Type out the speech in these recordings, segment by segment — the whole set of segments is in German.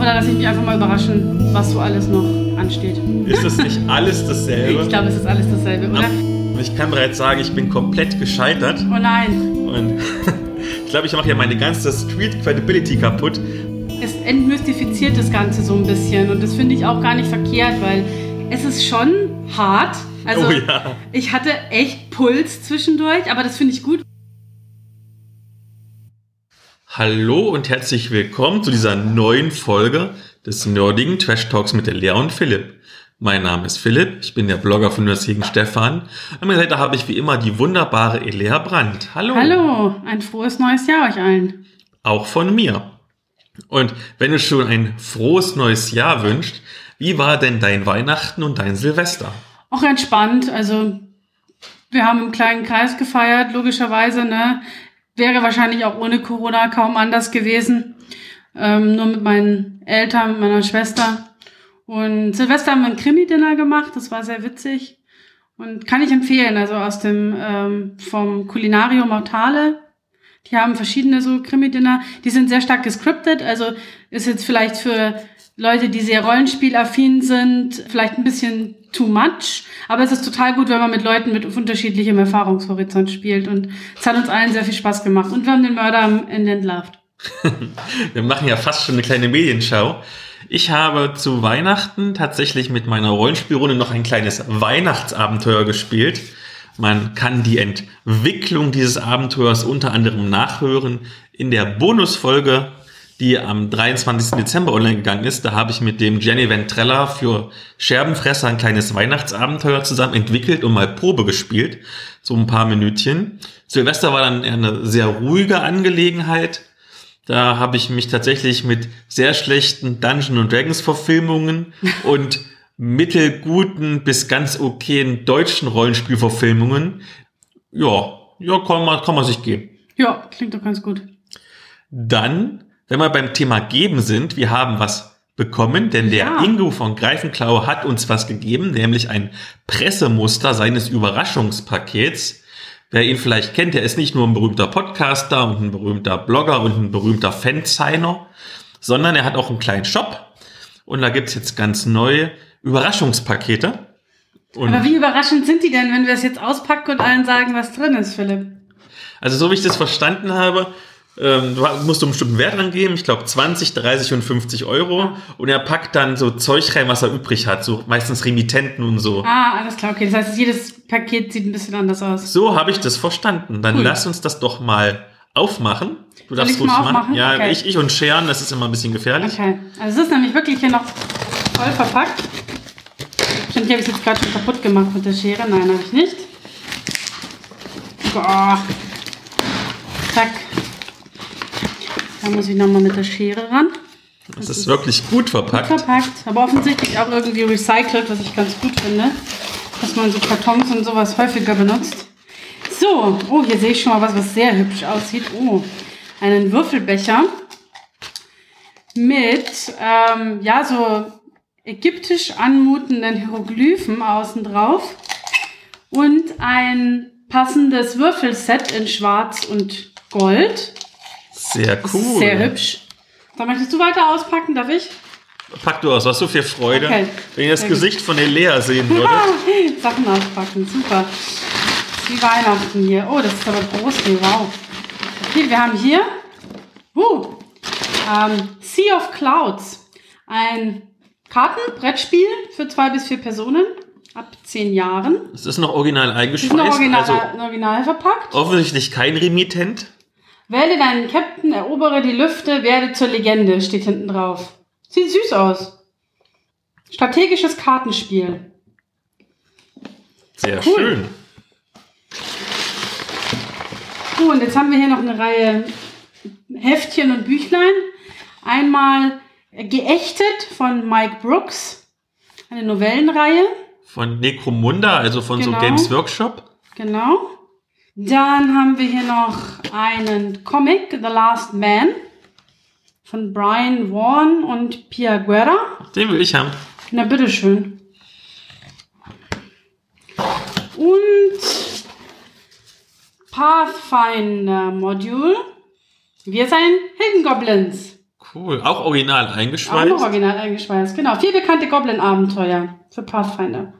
Aber da lasse ich mich einfach mal überraschen, was so alles noch ansteht. Ist das nicht alles dasselbe? Ich glaube, es ist alles dasselbe, oder? Ich kann bereits sagen, ich bin komplett gescheitert. Oh nein. Und ich glaube, ich mache ja meine ganze Street Credibility kaputt. Es entmystifiziert das Ganze so ein bisschen und das finde ich auch gar nicht verkehrt, weil es ist schon hart. Also Oh ja. Ich hatte echt Puls zwischendurch, aber das finde ich gut. Hallo und herzlich willkommen zu dieser neuen Folge des nerdigen Trash Talks mit der Lea und Philipp. Mein Name ist Philipp, ich bin der Blogger von Nördlichen Stefan. An meiner Seite habe ich wie immer die wunderbare Elea Brandt. Hallo. Hallo, ein frohes neues Jahr euch allen. Auch von mir. Und wenn du schon ein frohes neues Jahr wünschst, wie war denn dein Weihnachten und dein Silvester? Auch entspannt, also wir haben im kleinen Kreis gefeiert, logischerweise, ne? Wäre wahrscheinlich auch ohne Corona kaum anders gewesen. Nur mit meinen Eltern, mit meiner Schwester. Und Silvester haben wir ein Krimi-Dinner gemacht, das war sehr witzig. Und kann ich empfehlen, also aus dem vom Culinarium Mortale. Die haben verschiedene so Krimi-Dinner, die sind sehr stark gescriptet, also ist jetzt vielleicht für Leute, die sehr rollenspielaffin sind, vielleicht ein bisschen too much, aber es ist total gut, wenn man mit Leuten mit unterschiedlichem Erfahrungshorizont spielt und es hat uns allen sehr viel Spaß gemacht und wir haben den Mörder am Ende entlarvt. Wir machen ja fast schon eine kleine Medienschau. Ich habe zu Weihnachten tatsächlich mit meiner Rollenspielrunde noch ein kleines Weihnachtsabenteuer gespielt. Man kann die Entwicklung dieses Abenteuers unter anderem nachhören in der Bonusfolge, die am 23. Dezember online gegangen ist. Da habe ich mit dem Gianni Ventrella für Scherbenfresser ein kleines Weihnachtsabenteuer zusammen entwickelt und mal Probe gespielt. So ein paar Minütchen. Silvester war dann eher eine sehr ruhige Angelegenheit. Da habe ich mich tatsächlich mit sehr schlechten Dungeons & Dragons Verfilmungen und mittelguten bis ganz okayen deutschen Rollenspielverfilmungen. Ja, kann man sich geben. Ja, klingt doch ganz gut. Dann, wenn wir beim Thema geben sind, wir haben was bekommen, denn der Ingo von Greifenklau hat uns was gegeben, nämlich ein Pressemuster seines Überraschungspakets. Wer ihn vielleicht kennt, der ist nicht nur ein berühmter Podcaster und ein berühmter Blogger und ein berühmter Fansigner, sondern er hat auch einen kleinen Shop und da gibt's jetzt ganz neue Überraschungspakete. Und aber wie überraschend sind die denn, wenn wir es jetzt auspacken und allen sagen, was drin ist, Philipp? Also so wie ich das verstanden habe, du musst einen bestimmten Wert angeben, ich glaube 20, 30 und 50 Euro. Ja. Und er packt dann so Zeug rein, was er übrig hat, so meistens Remittenten und so. Ah, alles klar, okay. Das heißt, jedes Paket sieht ein bisschen anders aus. So habe ich das verstanden. Dann lass uns das doch mal aufmachen. Du darfst ruhig machen. Ja, okay. ich und scheren, das ist immer ein bisschen gefährlich. Okay, also es ist nämlich wirklich hier noch voll verpackt. Stimmt, hier habe ich es jetzt gerade schon kaputt gemacht mit der Schere. Nein, habe ich nicht. Boah. Zack. Da muss ich nochmal mit der Schere ran. Das ist wirklich gut verpackt. Gut verpackt, aber offensichtlich auch irgendwie recycelt, was ich ganz gut finde. Dass man so Kartons und sowas häufiger benutzt. So, oh, hier sehe ich schon mal was sehr hübsch aussieht. Oh, einen Würfelbecher mit, so ägyptisch anmutenden Hieroglyphen außen drauf und ein passendes Würfelset in Schwarz und Gold. Sehr cool. Sehr hübsch. Dann möchtest du weiter auspacken, darf ich? Pack du aus, du hast so viel Freude. Okay. Wenn ihr das Gesicht von der Lea sehen würdet. Sachen auspacken, super. Das ist wie Weihnachten hier. Oh, das ist aber groß hier, wow. Okay, wir haben hier Sea of Clouds. Ein Kartenbrettspiel für 2 bis 4 Personen ab 10 Jahren. Es ist noch original eingeschweißt. Ist noch original verpackt. Offensichtlich kein Remittent. Wähle deinen Captain, erobere die Lüfte, werde zur Legende, steht hinten drauf. Sieht süß aus. Strategisches Kartenspiel. Sehr schön. Und jetzt haben wir hier noch eine Reihe Heftchen und Büchlein. Einmal Geächtet von Mike Brooks, eine Novellenreihe. Von Necromunda, also von so Games Workshop. Genau. Dann haben wir hier noch einen Comic, The Last Man, von Brian Vaughan und Pia Guerra. Den will ich haben. Na, bitteschön. Und Pathfinder Module. Wir seien Heldengoblins. Cool. Auch original Auch eingeschweißt? noch original eingeschweißt, genau. 4 bekannte Goblin-Abenteuer für Pathfinder.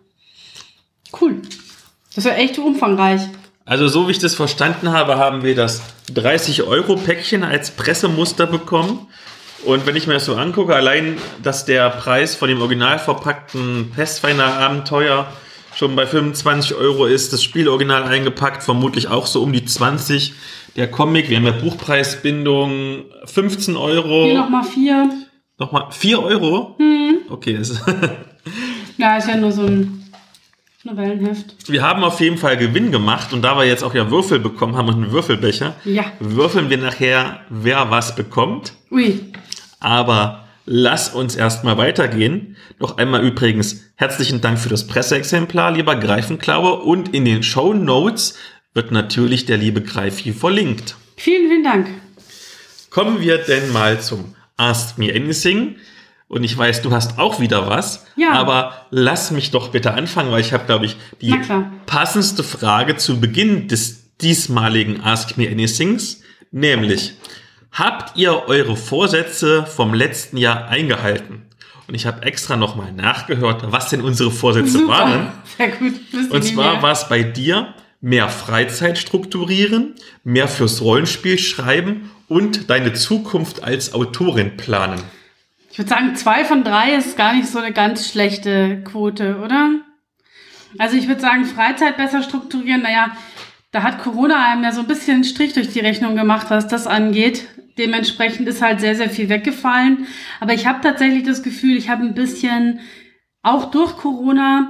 Cool. Das ist ja echt umfangreich. Also so wie ich das verstanden habe, haben wir das 30-Euro-Päckchen als Pressemuster bekommen. Und wenn ich mir das so angucke, allein, dass der Preis von dem original verpackten Pathfinder-Abenteuer schon bei 25 Euro ist, das Spiel original eingepackt, vermutlich auch so um die 20. Der Comic, wir haben ja Buchpreisbindung, 15 Euro. Hier nochmal 4. Nochmal 4 Euro? Okay, das ist Ja, ist ja nur so ein Novellenheft. Wir haben auf jeden Fall Gewinn gemacht und da wir jetzt auch ja Würfel bekommen haben und einen Würfelbecher, Ja. würfeln wir nachher, wer was bekommt. Ui. Aber lass uns erstmal weitergehen. Noch einmal übrigens herzlichen Dank für das Presseexemplar, lieber Greifenklaue. Und in den Shownotes wird natürlich der liebe Greifi verlinkt. Vielen, vielen Dank. Kommen wir denn mal zum Ask Me Anything. Und ich weiß, du hast auch wieder was. Ja. Aber lass mich doch bitte anfangen, weil ich habe, glaube ich, die passendste Frage zu Beginn des diesmaligen Ask Me Anythings. Nämlich, habt ihr eure Vorsätze vom letzten Jahr eingehalten? Und ich habe extra nochmal nachgehört, was denn unsere Vorsätze waren. Sehr gut. Und zwar war es bei dir mehr Freizeit strukturieren, mehr fürs Rollenspiel schreiben und deine Zukunft als Autorin planen. Ich würde sagen, 2 von 3 ist gar nicht so eine ganz schlechte Quote, oder? Also ich würde sagen, Freizeit besser strukturieren. Naja, da hat Corona einem ja so ein bisschen einen Strich durch die Rechnung gemacht, was das angeht. Dementsprechend ist halt sehr, sehr viel weggefallen. Aber ich habe tatsächlich das Gefühl, ich habe ein bisschen, auch durch Corona,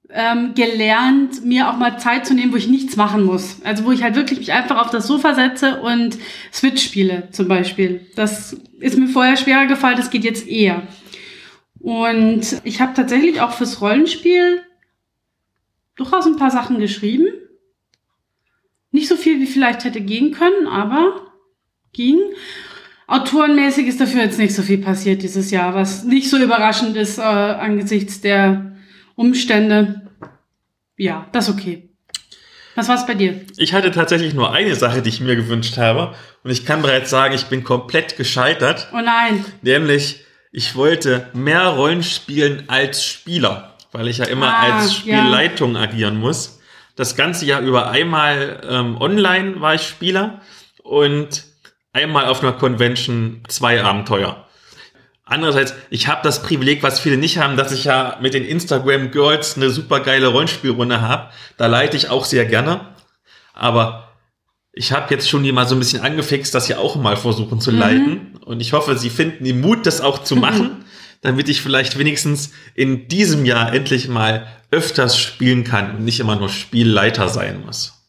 gelernt, mir auch mal Zeit zu nehmen, wo ich nichts machen muss. Also wo ich halt wirklich mich einfach auf das Sofa setze und Switch spiele zum Beispiel. Das ist mir vorher schwerer gefallen, das geht jetzt eher. Und ich habe tatsächlich auch fürs Rollenspiel durchaus ein paar Sachen geschrieben. Nicht so viel, wie vielleicht hätte gehen können, aber ging. Autorenmäßig ist dafür jetzt nicht so viel passiert dieses Jahr, was nicht so überraschend ist angesichts der Umstände. Ja, das ist okay. Was war's bei dir? Ich hatte tatsächlich nur eine Sache, die ich mir gewünscht habe. Und ich kann bereits sagen, ich bin komplett gescheitert. Oh nein. Nämlich, ich wollte mehr Rollen spielen als Spieler. Weil ich ja immer als Spielleitung agieren muss. Das ganze Jahr über einmal online war ich Spieler. Und einmal auf einer Convention 2 Abenteuer. Andererseits, ich habe das Privileg, was viele nicht haben, dass ich ja mit den Instagram Girls eine super geile Rollenspielrunde habe. Da leite ich auch sehr gerne. Aber ich habe jetzt schon die mal so ein bisschen angefixt, dass sie auch mal versuchen zu leiten. Und ich hoffe, sie finden den Mut, das auch zu machen, damit ich vielleicht wenigstens in diesem Jahr endlich mal öfters spielen kann und nicht immer nur Spielleiter sein muss.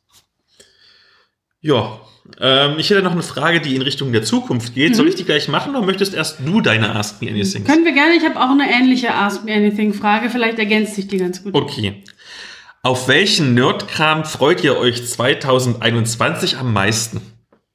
Ja. Ich hätte noch eine Frage, die in Richtung der Zukunft geht. Soll ich die gleich machen oder möchtest erst du deine Ask Me Anything? Können wir gerne. Ich habe auch eine ähnliche Ask Me Anything Frage. Vielleicht ergänzt sich die ganz gut. Okay. Auf welchen Nerdkram freut ihr euch 2021 am meisten?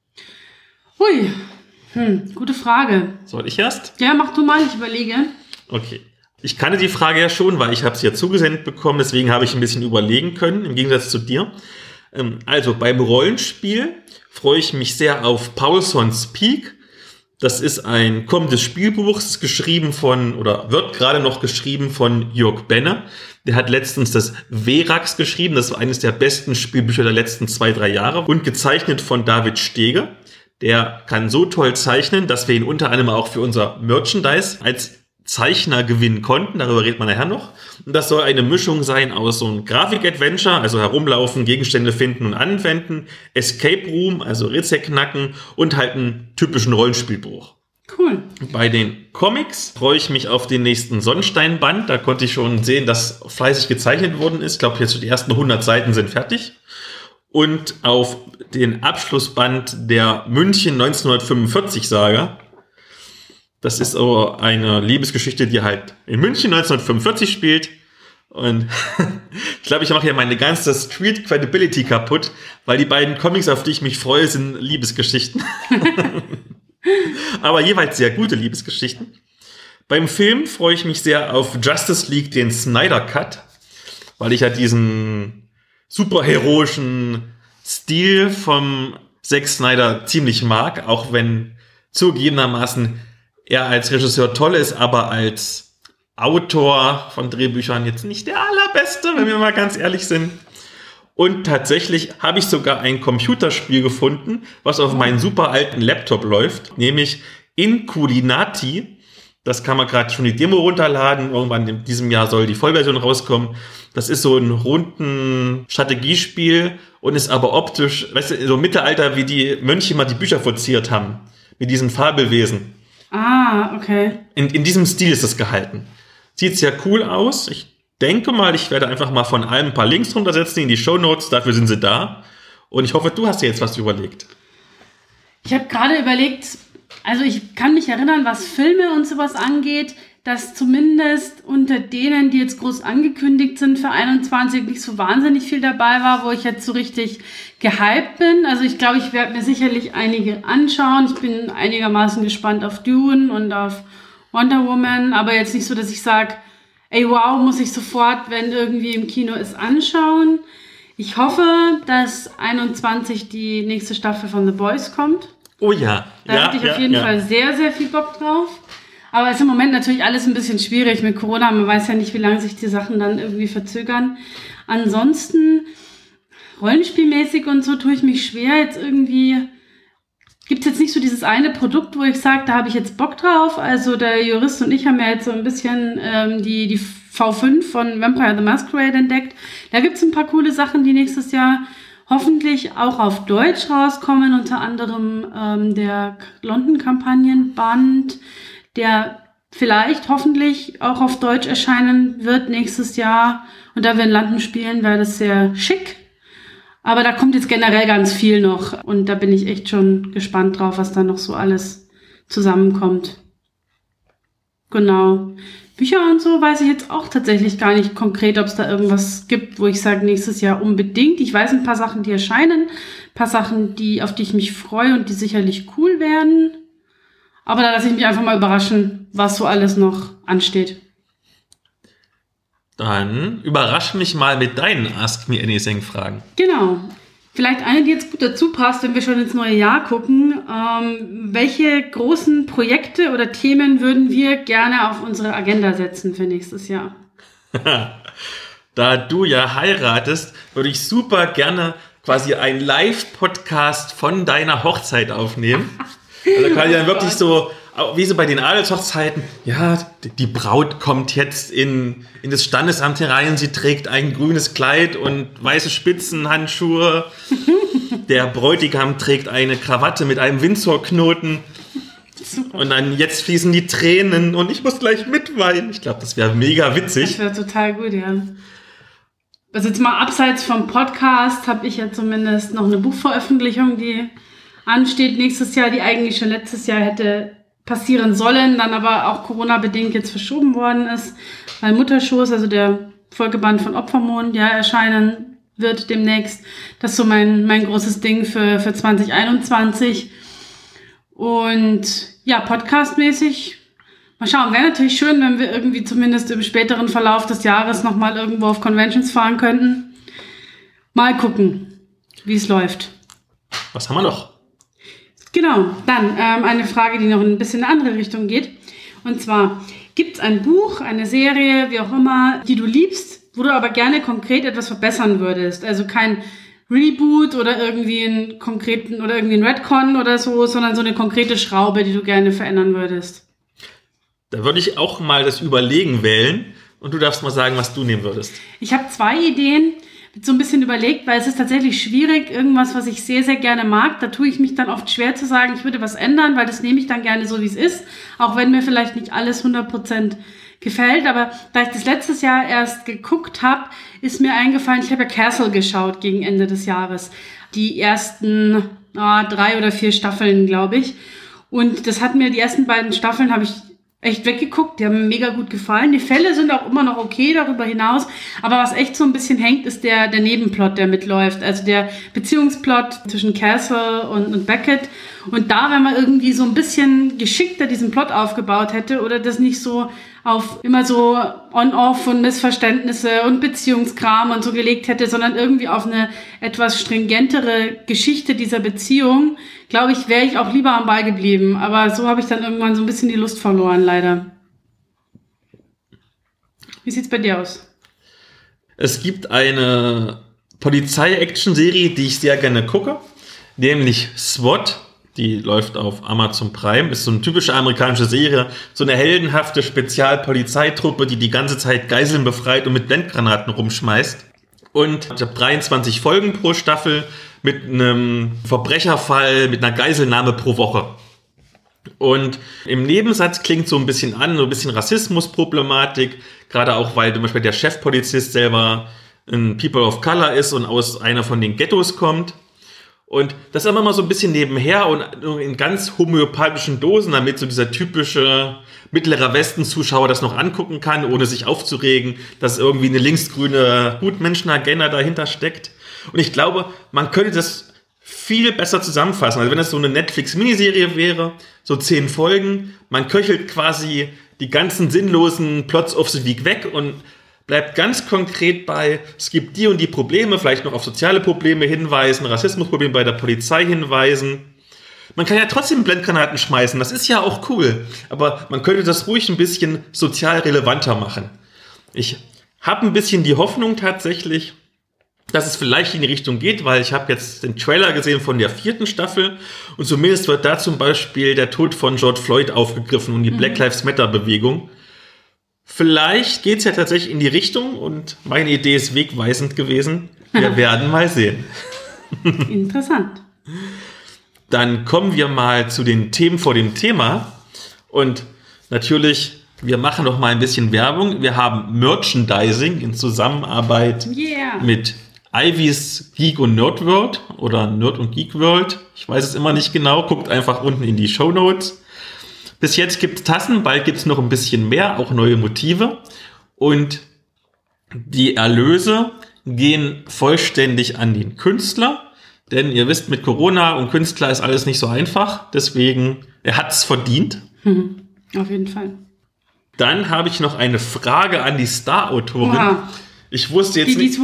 Hui. Gute Frage. Soll ich erst? Ja, mach du mal. Ich überlege. Okay. Ich kannte die Frage ja schon, weil ich habe sie ja zugesendet bekommen. Deswegen habe ich ein bisschen überlegen können, im Gegensatz zu dir. Also beim Rollenspiel freue ich mich sehr auf Paulsons Peak. Das ist ein kommendes Spielbuch, ist geschrieben wird gerade noch geschrieben von Jörg Benne. Der hat letztens das Verax geschrieben, das war eines der besten Spielbücher der letzten 2-3 Jahre und gezeichnet von David Stege. Der kann so toll zeichnen, dass wir ihn unter anderem auch für unser Merchandise als Zeichner gewinnen konnten, darüber redet man nachher noch. Und das soll eine Mischung sein aus so einem Grafik-Adventure, also herumlaufen, Gegenstände finden und anwenden, Escape Room, also Rätsel knacken und halt einen typischen Rollenspielbuch. Cool. Bei den Comics freue ich mich auf den nächsten Sonnenstein-Band. Da konnte ich schon sehen, dass fleißig gezeichnet worden ist. Ich glaube, jetzt die ersten 100 Seiten sind fertig. Und auf den Abschlussband der München 1945-Saga. Das ist aber eine Liebesgeschichte, die halt in München 1945 spielt. Und ich glaube, ich mache hier meine ganze Street Credibility kaputt, weil die beiden Comics, auf die ich mich freue, sind Liebesgeschichten. Aber jeweils sehr gute Liebesgeschichten. Beim Film freue ich mich sehr auf Justice League, den Snyder Cut, weil ich ja diesen superheroischen Stil vom Zack Snyder ziemlich mag, auch wenn zugegebenermaßen er als Regisseur toll ist, aber als Autor von Drehbüchern jetzt nicht der allerbeste, wenn wir mal ganz ehrlich sind. Und tatsächlich habe ich sogar ein Computerspiel gefunden, was auf meinem super alten Laptop läuft, nämlich Inculinati. Das kann man gerade schon die Demo runterladen. Irgendwann in diesem Jahr soll die Vollversion rauskommen. Das ist so ein runden Strategiespiel und ist aber optisch, weißt du, so Mittelalter, wie die Mönche mal die Bücher verziert haben. Mit diesen Fabelwesen. Ah, okay. In diesem Stil ist es gehalten. Sieht sehr cool aus. Ich denke mal, ich werde einfach mal von allem ein paar Links runtersetzen in die Shownotes. Dafür sind sie da. Und ich hoffe, du hast dir jetzt was überlegt. Ich habe gerade überlegt, also ich kann mich erinnern, was Filme und sowas angeht, dass zumindest unter denen, die jetzt groß angekündigt sind für 21, nicht so wahnsinnig viel dabei war, wo ich jetzt so richtig gehypt bin. Also ich glaube, ich werde mir sicherlich einige anschauen. Ich bin einigermaßen gespannt auf Dune und auf Wonder Woman, aber jetzt nicht so, dass ich sage, ey wow, muss ich sofort, wenn irgendwie im Kino ist, anschauen. Ich hoffe, dass 21 die nächste Staffel von The Boys kommt. Oh ja. Da hätte ich auf jeden Fall sehr, sehr viel Bock drauf. Aber es ist im Moment natürlich alles ein bisschen schwierig mit Corona. Man weiß ja nicht, wie lange sich die Sachen dann irgendwie verzögern. Ansonsten, rollenspielmäßig und so tue ich mich schwer. Jetzt irgendwie gibt es jetzt nicht so dieses eine Produkt, wo ich sage, da habe ich jetzt Bock drauf. Also der Jurist und ich haben ja jetzt so ein bisschen die V5 von Vampire the Masquerade entdeckt. Da gibt es ein paar coole Sachen, die nächstes Jahr hoffentlich auch auf Deutsch rauskommen. Unter anderem der London-Kampagnenband, der vielleicht hoffentlich auch auf Deutsch erscheinen wird nächstes Jahr. Und da wir in London spielen, wäre das sehr schick. Aber da kommt jetzt generell ganz viel noch. Und da bin ich echt schon gespannt drauf, was da noch so alles zusammenkommt. Genau. Bücher und so weiß ich jetzt auch tatsächlich gar nicht konkret, ob es da irgendwas gibt, wo ich sage, nächstes Jahr unbedingt. Ich weiß ein paar Sachen, die erscheinen, ein paar Sachen, auf die ich mich freue und die sicherlich cool werden. Aber da lasse ich mich einfach mal überraschen, was so alles noch ansteht. Dann überrasch mich mal mit deinen Ask Me Anything-Fragen. Genau. Vielleicht eine, die jetzt gut dazu passt, wenn wir schon ins neue Jahr gucken. Welche großen Projekte oder Themen würden wir gerne auf unsere Agenda setzen für nächstes Jahr? Da du ja heiratest, würde ich super gerne quasi einen Live-Podcast von deiner Hochzeit aufnehmen. Also kann ich dann wirklich so, wie so bei den Adelshochzeiten, ja, die Braut kommt jetzt in das Standesamt herein, sie trägt ein grünes Kleid und weiße Spitzenhandschuhe. Der Bräutigam trägt eine Krawatte mit einem Windsor-Knoten. Super. Und dann jetzt fließen die Tränen und ich muss gleich mitweinen. Ich glaube, das wäre mega witzig. Das wäre total gut, ja. Also jetzt mal abseits vom Podcast habe ich ja zumindest noch eine Buchveröffentlichung, die ansteht nächstes Jahr, die eigentlich schon letztes Jahr hätte passieren sollen, dann aber auch Corona-bedingt jetzt verschoben worden ist, weil Mutterschoß, also der Folgeband von Opfermond, ja erscheinen wird demnächst. Das ist so mein großes Ding für 2021. Und ja, podcastmäßig, mal schauen, wäre natürlich schön, wenn wir irgendwie zumindest im späteren Verlauf des Jahres nochmal irgendwo auf Conventions fahren könnten. Mal gucken, wie es läuft. Was haben wir noch? Genau, dann eine Frage, die noch ein bisschen in eine andere Richtung geht. Und zwar, gibt es ein Buch, eine Serie, wie auch immer, die du liebst, wo du aber gerne konkret etwas verbessern würdest? Also kein Reboot oder irgendwie einen konkreten oder irgendwie ein Retcon oder so, sondern so eine konkrete Schraube, die du gerne verändern würdest. Da würde ich auch mal das Überlegen wählen und du darfst mal sagen, was du nehmen würdest. Ich habe 2 Ideen. So ein bisschen überlegt, weil es ist tatsächlich schwierig, irgendwas, was ich sehr, sehr gerne mag, da tue ich mich dann oft schwer zu sagen, ich würde was ändern, weil das nehme ich dann gerne so, wie es ist, auch wenn mir vielleicht nicht alles 100% gefällt, aber da ich das letztes Jahr erst geguckt habe, ist mir eingefallen, ich habe ja Castle geschaut gegen Ende des Jahres, die ersten 3 oder 4 Staffeln, glaube ich, und das hat mir, die ersten beiden Staffeln habe ich echt weggeguckt, die haben mir mega gut gefallen. Die Fälle sind auch immer noch okay darüber hinaus, aber was echt so ein bisschen hängt, ist der Nebenplot, der mitläuft, also der Beziehungsplot zwischen Castle und Beckett Und da, wenn man irgendwie so ein bisschen geschickter diesen Plot aufgebaut hätte oder das nicht so auf immer so on-off und Missverständnisse und Beziehungskram und so gelegt hätte, sondern irgendwie auf eine etwas stringentere Geschichte dieser Beziehung, glaube ich, wäre ich auch lieber am Ball geblieben. Aber so habe ich dann irgendwann so ein bisschen die Lust verloren, leider. Wie sieht's bei dir aus? Es gibt eine Polizei-Action-Serie, die ich sehr gerne gucke, nämlich SWAT. Die läuft auf Amazon Prime. Ist so eine typische amerikanische Serie. So eine heldenhafte Spezialpolizeitruppe, die ganze Zeit Geiseln befreit und mit Blendgranaten rumschmeißt. Und ich habe 23 Folgen pro Staffel mit einem Verbrecherfall, mit einer Geiselnahme pro Woche. Und im Nebensatz klingt so ein bisschen an, so ein bisschen Rassismusproblematik. Gerade auch, weil zum Beispiel der Chefpolizist selber ein People of Color ist und aus einer von den Ghettos kommt. Und das ist immer mal so ein bisschen nebenher und in ganz homöopathischen Dosen, damit so dieser typische mittlerer Westen-Zuschauer das noch angucken kann, ohne sich aufzuregen, dass irgendwie eine linksgrüne Gutmenschenagenda dahinter steckt. Und ich glaube, man könnte das viel besser zusammenfassen. Also wenn das so eine Netflix-Miniserie wäre, so 10 Folgen, man köchelt quasi die ganzen sinnlosen Plots of the Week weg und bleibt ganz konkret bei, es gibt die und die Probleme, vielleicht noch auf soziale Probleme hinweisen, Rassismusprobleme bei der Polizei hinweisen. Man kann ja trotzdem Blendgranaten schmeißen, das ist ja auch cool. Aber man könnte das ruhig ein bisschen sozial relevanter machen. Ich habe ein bisschen die Hoffnung tatsächlich, dass es vielleicht in die Richtung geht, weil ich habe jetzt den Trailer gesehen von der 4. Staffel und zumindest wird da zum Beispiel der Tod von George Floyd aufgegriffen und die Black Lives Matter Bewegung. Vielleicht geht's ja tatsächlich in die Richtung und meine Idee ist wegweisend gewesen. Wir werden mal sehen. Interessant. Dann kommen wir mal zu den Themen vor dem Thema. Und natürlich, wir machen noch mal ein bisschen Werbung. Wir haben Merchandising in Zusammenarbeit mit Ivy's Geek und Nerd World oder Nerd und Geek World. Ich weiß es immer nicht genau. Guckt einfach unten in die Shownotes. Bis jetzt gibt es Tassen, bald gibt es noch ein bisschen mehr, auch neue Motive. Und die Erlöse gehen vollständig an den Künstler. Denn ihr wisst, mit Corona und Künstler ist alles nicht so einfach. Deswegen, er hat es verdient. Auf jeden Fall. Dann habe ich noch eine Frage an die Star-Autorin. Ich wusste jetzt nicht...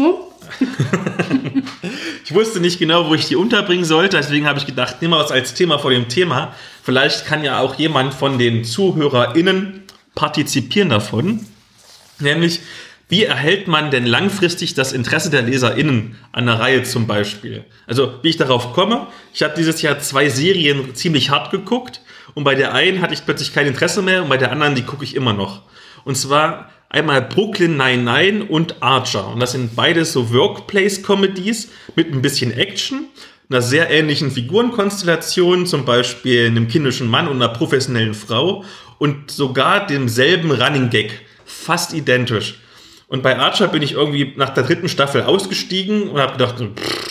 Ich wusste nicht genau, wo ich die unterbringen sollte, deswegen habe ich gedacht, nehmen wir es als Thema vor dem Thema. Vielleicht kann ja auch jemand von den ZuhörerInnen partizipieren davon. Nämlich, wie erhält man denn langfristig das Interesse der LeserInnen an einer Reihe zum Beispiel? Also, wie ich darauf komme, ich habe dieses Jahr 2 Serien ziemlich hart geguckt und bei der einen hatte ich plötzlich kein Interesse mehr und bei der anderen, die gucke ich immer noch. Und zwar einmal Brooklyn Nine-Nine und Archer. Und das sind beides so Workplace-Comedies mit ein bisschen Action, einer sehr ähnlichen Figurenkonstellation, zum Beispiel einem kindischen Mann und einer professionellen Frau und sogar demselben Running Gag. Fast identisch. Und bei Archer bin ich irgendwie nach der 3. Staffel ausgestiegen und habe gedacht,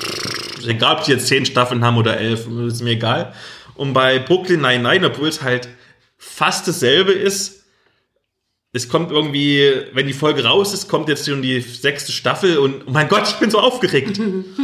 egal ob die jetzt 10 Staffeln haben oder 11, ist mir egal. Und bei Brooklyn Nine-Nine, obwohl es halt fast dasselbe ist, es kommt irgendwie, wenn die Folge raus ist, kommt jetzt schon die 6. Staffel und oh mein Gott, ich bin so aufgeregt.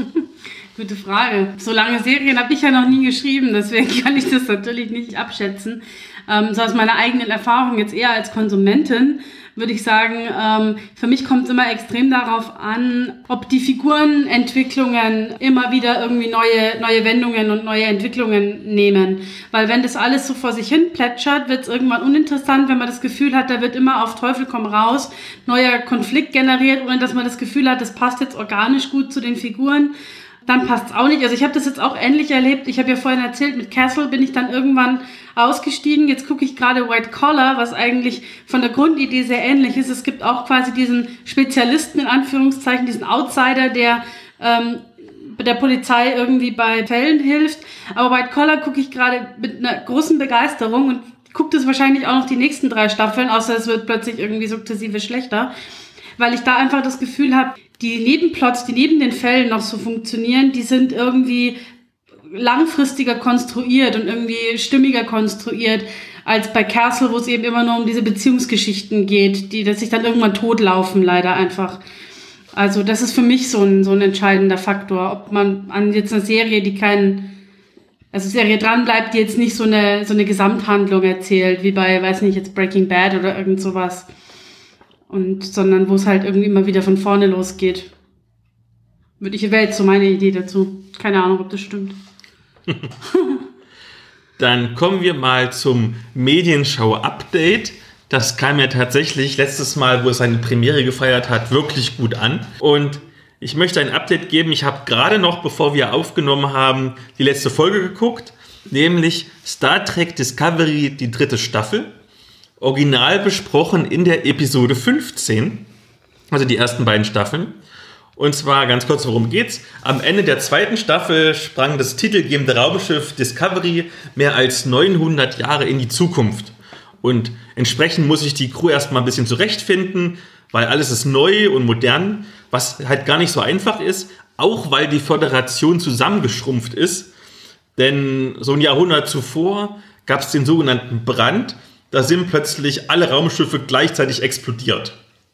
Gute Frage. So lange Serien habe ich ja noch nie geschrieben, deswegen kann ich das natürlich nicht abschätzen. So aus meiner eigenen Erfahrung jetzt eher als Konsumentin würde ich sagen, für mich kommt es immer extrem darauf an, ob die Figurenentwicklungen immer wieder irgendwie neue Wendungen und neue Entwicklungen nehmen. Weil wenn das alles so vor sich hin plätschert, wird es irgendwann uninteressant, wenn man das Gefühl hat, da wird immer auf Teufel komm raus neuer Konflikt generiert, ohne dass man das Gefühl hat, das passt jetzt organisch gut zu den Figuren. Dann passt es auch nicht. Also ich habe das jetzt auch ähnlich erlebt. Ich habe ja vorhin erzählt, mit Castle bin ich dann irgendwann ausgestiegen. Jetzt gucke ich gerade White Collar, was eigentlich von der Grundidee sehr ähnlich ist. Es gibt auch quasi diesen Spezialisten, in Anführungszeichen, diesen Outsider, der der Polizei irgendwie bei Fällen hilft. Aber White Collar gucke ich gerade mit einer großen Begeisterung und gucke das wahrscheinlich auch noch die nächsten 3 Staffeln, außer es wird plötzlich irgendwie sukzessive schlechter. Weil ich da einfach das Gefühl habe, die Nebenplots, die neben den Fällen noch so funktionieren, die sind irgendwie langfristiger konstruiert und irgendwie stimmiger konstruiert als bei Castle, wo es eben immer nur um diese Beziehungsgeschichten geht, die sich dann irgendwann totlaufen, leider einfach. Also das ist für mich so ein entscheidender Faktor, ob man an jetzt einer Serie, die keinen also Serie dran bleibt, die jetzt nicht so eine Gesamthandlung erzählt, wie bei, weiß nicht, jetzt Breaking Bad oder irgend sowas. Sondern wo es halt irgendwie immer wieder von vorne losgeht. Wäre jetzt so meine Idee dazu. Keine Ahnung, ob das stimmt. Dann kommen wir mal zum Medienschau-Update. Das kam ja tatsächlich letztes Mal, wo es seine Premiere gefeiert hat, wirklich gut an. Und ich möchte ein Update geben. Ich habe gerade noch, bevor wir aufgenommen haben, die letzte Folge geguckt, nämlich Star Trek Discovery, die 3. Staffel. Original besprochen in der Episode 15, also die ersten beiden Staffeln. Und zwar ganz kurz, worum geht's. Am Ende der 2. Staffel sprang das titelgebende Raumschiff Discovery mehr als 900 Jahre in die Zukunft. Und entsprechend muss sich die Crew erstmal ein bisschen zurechtfinden, weil alles ist neu und modern, was halt gar nicht so einfach ist, auch weil die Föderation zusammengeschrumpft ist. Denn so ein Jahrhundert zuvor gab es den sogenannten Brand. Da sind plötzlich alle Raumschiffe gleichzeitig explodiert.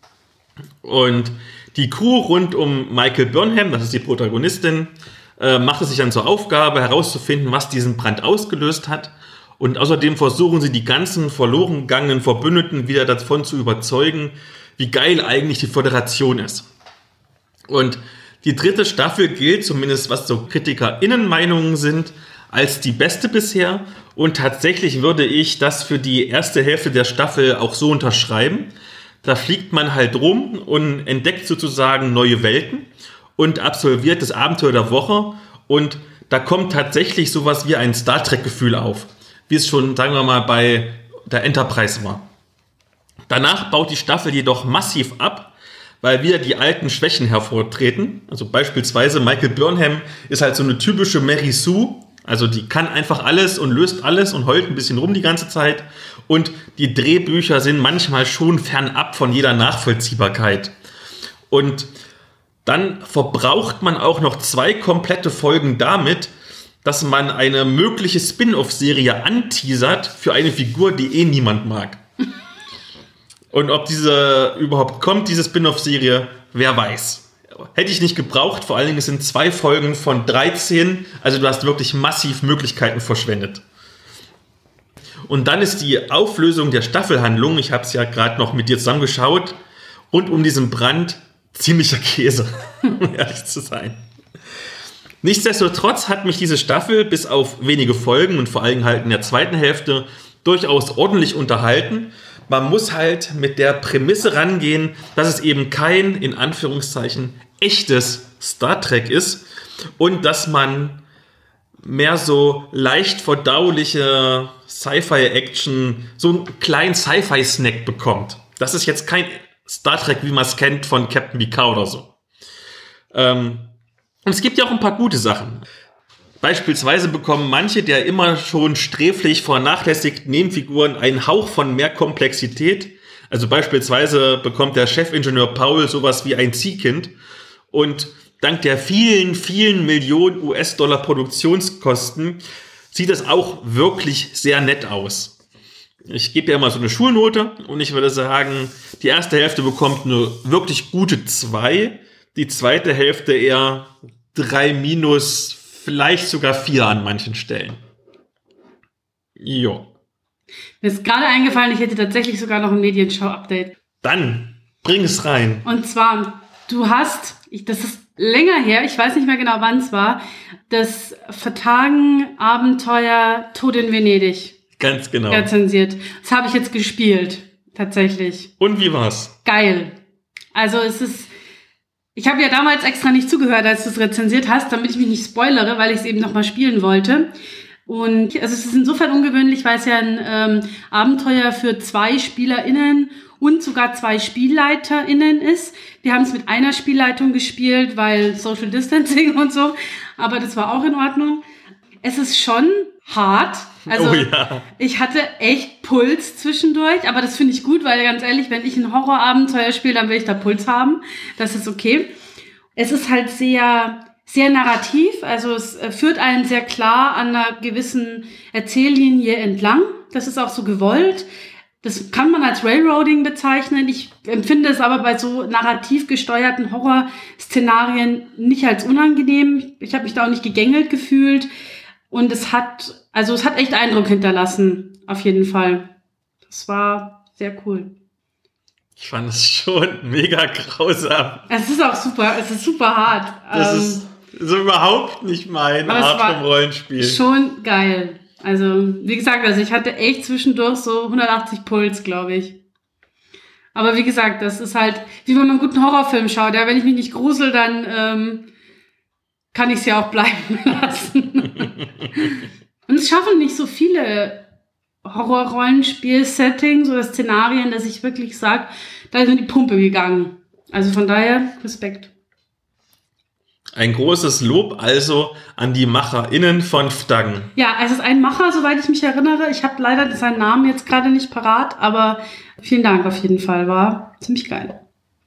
Und die Crew rund um Michael Burnham, das ist die Protagonistin, macht es sich dann zur Aufgabe, herauszufinden, was diesen Brand ausgelöst hat. Und außerdem versuchen sie, die ganzen verloren gegangenen Verbündeten wieder davon zu überzeugen, wie geil eigentlich die Föderation ist. Und die 3. Staffel gilt, zumindest was so KritikerInnen-Meinungen sind, als die beste bisher. Und tatsächlich würde ich das für die erste Hälfte der Staffel auch so unterschreiben. Da fliegt man halt rum und entdeckt sozusagen neue Welten und absolviert das Abenteuer der Woche. Und da kommt tatsächlich sowas wie ein Star Trek-Gefühl auf, wie es schon, sagen wir mal, bei der Enterprise war. Danach baut die Staffel jedoch massiv ab, weil wieder die alten Schwächen hervortreten. Also beispielsweise Michael Burnham ist halt so eine typische Mary Sue. Also die kann einfach alles und löst alles und heult ein bisschen rum die ganze Zeit. Und die Drehbücher sind manchmal schon fernab von jeder Nachvollziehbarkeit. Und dann verbraucht man auch noch 2 komplette Folgen damit, dass man eine mögliche Spin-off-Serie anteasert für eine Figur, die eh niemand mag. Und ob diese überhaupt kommt, diese Spin-off-Serie, wer weiß. Hätte ich nicht gebraucht, vor allen Dingen es sind 2 Folgen von 13, also du hast wirklich massiv Möglichkeiten verschwendet. Und dann ist die Auflösung der Staffelhandlung, ich habe es ja gerade noch mit dir zusammengeschaut, rund um diesen Brand ziemlicher Käse, um ehrlich zu sein. Nichtsdestotrotz hat mich diese Staffel bis auf wenige Folgen und vor allem halt in der zweiten Hälfte durchaus ordentlich unterhalten. Man muss halt mit der Prämisse rangehen, dass es eben kein, in Anführungszeichen, echtes Star Trek ist und dass man mehr so leicht verdauliche Sci-Fi-Action, so einen kleinen Sci-Fi-Snack bekommt. Das ist jetzt kein Star Trek, wie man es kennt von Captain Picard oder so. Und es gibt ja auch ein paar gute Sachen. Beispielsweise bekommen manche der immer schon sträflich vernachlässigten Nebenfiguren einen Hauch von mehr Komplexität. Also beispielsweise bekommt der Chefingenieur Paul sowas wie ein Ziehkind. Und dank der vielen, vielen Millionen US-Dollar Produktionskosten sieht es auch wirklich sehr nett aus. Ich gebe ja immer so eine Schulnote und ich würde sagen, die erste Hälfte bekommt eine wirklich gute 2, die zweite Hälfte eher 3-, vielleicht sogar 4 an manchen Stellen. Jo. Mir ist gerade eingefallen, ich hätte tatsächlich sogar noch ein Medienschau-Update. Dann bring es rein. Und zwar, du hast, das ist länger her, ich weiß nicht mehr genau, wann es war, das Vertagen-Abenteuer Tod in Venedig. Ganz genau. Rezensiert. Das habe ich jetzt gespielt, tatsächlich. Und wie war's? Geil. Also ich habe ja damals extra nicht zugehört, als du es rezensiert hast, damit ich mich nicht spoilere, weil ich es eben nochmal spielen wollte. Und also es ist insofern ungewöhnlich, weil es ja ein Abenteuer für 2 SpielerInnen und sogar 2 SpielleiterInnen ist. Wir haben es mit einer Spielleitung gespielt, weil Social Distancing und so, aber das war auch in Ordnung. Es ist schon hart. Also Ich hatte echt Puls zwischendurch, aber das finde ich gut, weil ganz ehrlich, wenn ich ein Horrorabenteuer spiele, dann will ich da Puls haben. Das ist okay. Es ist halt sehr, sehr narrativ, also es führt einen sehr klar an einer gewissen Erzähllinie entlang. Das ist auch so gewollt. Das kann man als Railroading bezeichnen. Ich empfinde es aber bei so narrativ gesteuerten Horrorszenarien nicht als unangenehm. Ich habe mich da auch nicht gegängelt gefühlt. Und es hat echt Eindruck hinterlassen, auf jeden Fall. Das war sehr cool. Ich fand es schon mega grausam. Es ist auch super, es ist super hart. Das ist so überhaupt nicht meine Art vom Rollenspiel. Schon geil. Also, wie gesagt, ich hatte echt zwischendurch so 180 Puls, glaube ich. Aber wie gesagt, das ist halt, wie wenn man einen guten Horrorfilm schaut. Ja, wenn ich mich nicht grusel, dann kann ich es ja auch bleiben lassen. Und es schaffen nicht so viele Horror-Rollenspiel-Settings oder Szenarien, dass ich wirklich sage, da ist in die Pumpe gegangen. Also von daher, Respekt. Ein großes Lob also an die MacherInnen von Fdang. Ja, es ist ein Macher, soweit ich mich erinnere. Ich habe leider seinen Namen jetzt gerade nicht parat, aber vielen Dank auf jeden Fall. War ziemlich geil.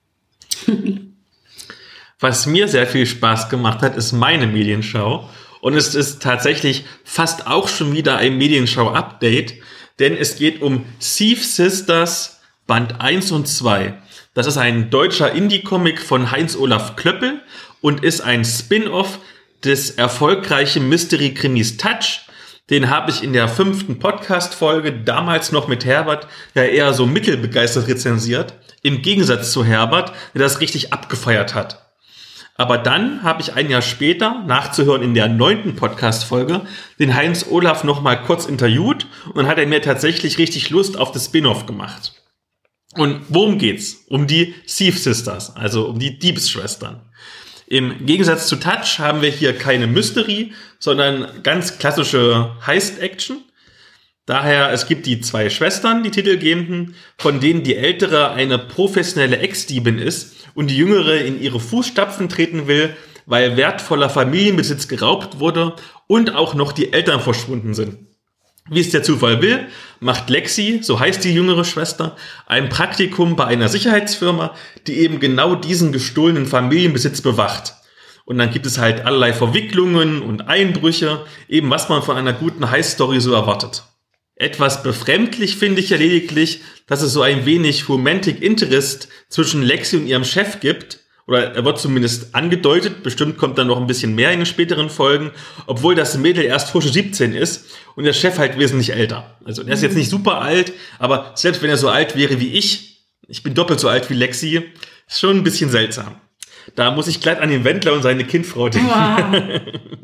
Was mir sehr viel Spaß gemacht hat, ist meine Medienschau. Und es ist tatsächlich fast auch schon wieder ein Medienschau-Update, denn es geht um Thief Sisters Band 1 und 2. Das ist ein deutscher Indie-Comic von Heinz-Olaf Klöppel und ist ein Spin-off des erfolgreichen Mystery-Krimis Touch. Den habe ich in der 5. Podcast-Folge, damals noch mit Herbert, ja eher so mittelbegeistert rezensiert. Im Gegensatz zu Herbert, der das richtig abgefeiert hat. Aber dann habe ich ein Jahr später, nachzuhören in der 9. Podcast-Folge, den Heinz Olaf noch mal kurz interviewt und dann hat er mir tatsächlich richtig Lust auf das Spin-off gemacht. Und worum geht's? Um die Thief Sisters, also um die Diebsschwestern. Im Gegensatz zu Touch haben wir hier keine Mystery, sondern ganz klassische Heist-Action. Daher, es gibt die 2 Schwestern, die Titelgebenden, von denen die ältere eine professionelle Ex-Diebin ist und die jüngere in ihre Fußstapfen treten will, weil wertvoller Familienbesitz geraubt wurde und auch noch die Eltern verschwunden sind. Wie es der Zufall will, macht Lexi, so heißt die jüngere Schwester, ein Praktikum bei einer Sicherheitsfirma, die eben genau diesen gestohlenen Familienbesitz bewacht. Und dann gibt es halt allerlei Verwicklungen und Einbrüche, eben was man von einer guten Heist-Story so erwartet. Etwas befremdlich finde ich ja lediglich, dass es so ein wenig Romantic Interest zwischen Lexi und ihrem Chef gibt. Oder er wird zumindest angedeutet, bestimmt kommt dann noch ein bisschen mehr in den späteren Folgen, obwohl das Mädel erst frische 17 ist und der Chef halt wesentlich älter. Also er ist jetzt nicht super alt, aber selbst wenn er so alt wäre wie ich bin doppelt so alt wie Lexi, ist schon ein bisschen seltsam. Da muss ich glatt an den Wendler und seine Kindfrau denken. Wow.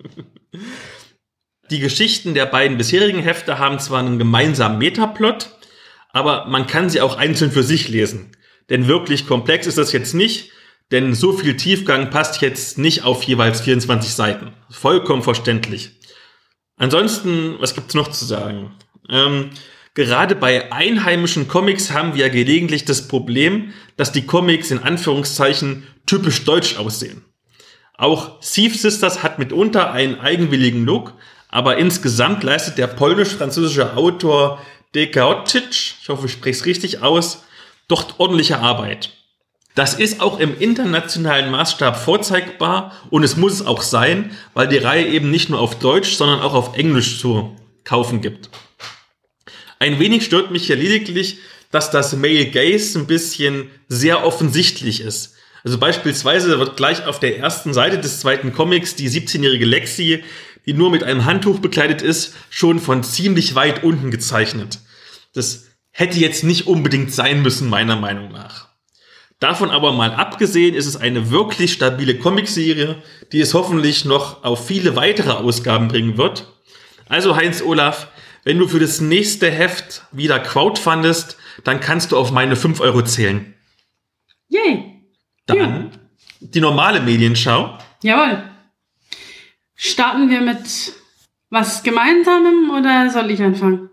Die Geschichten der beiden bisherigen Hefte haben zwar einen gemeinsamen Metaplot, aber man kann sie auch einzeln für sich lesen. Denn wirklich komplex ist das jetzt nicht, denn so viel Tiefgang passt jetzt nicht auf jeweils 24 Seiten. Vollkommen verständlich. Ansonsten, was gibt's noch zu sagen? Gerade bei einheimischen Comics haben wir gelegentlich das Problem, dass die Comics in Anführungszeichen typisch deutsch aussehen. Auch Thief Sisters hat mitunter einen eigenwilligen Look, aber insgesamt leistet der polnisch-französische Autor Dekaotic, ich hoffe, ich spreche es richtig aus, doch ordentliche Arbeit. Das ist auch im internationalen Maßstab vorzeigbar und es muss es auch sein, weil die Reihe eben nicht nur auf Deutsch, sondern auch auf Englisch zu kaufen gibt. Ein wenig stört mich hier lediglich, dass das Male Gaze ein bisschen sehr offensichtlich ist. Also beispielsweise wird gleich auf der ersten Seite des 2. Comics die 17-jährige Lexi, die nur mit einem Handtuch bekleidet ist, schon von ziemlich weit unten gezeichnet. Das hätte jetzt nicht unbedingt sein müssen, meiner Meinung nach. Davon aber mal abgesehen ist es eine wirklich stabile Comicserie, die es hoffentlich noch auf viele weitere Ausgaben bringen wird. Also Heinz Olaf, wenn du für das nächste Heft wieder crowdfundest, dann kannst du auf meine 5 € zählen. Yay! Dann die normale Medienschau. Jawohl. Starten wir mit was Gemeinsamem oder soll ich anfangen?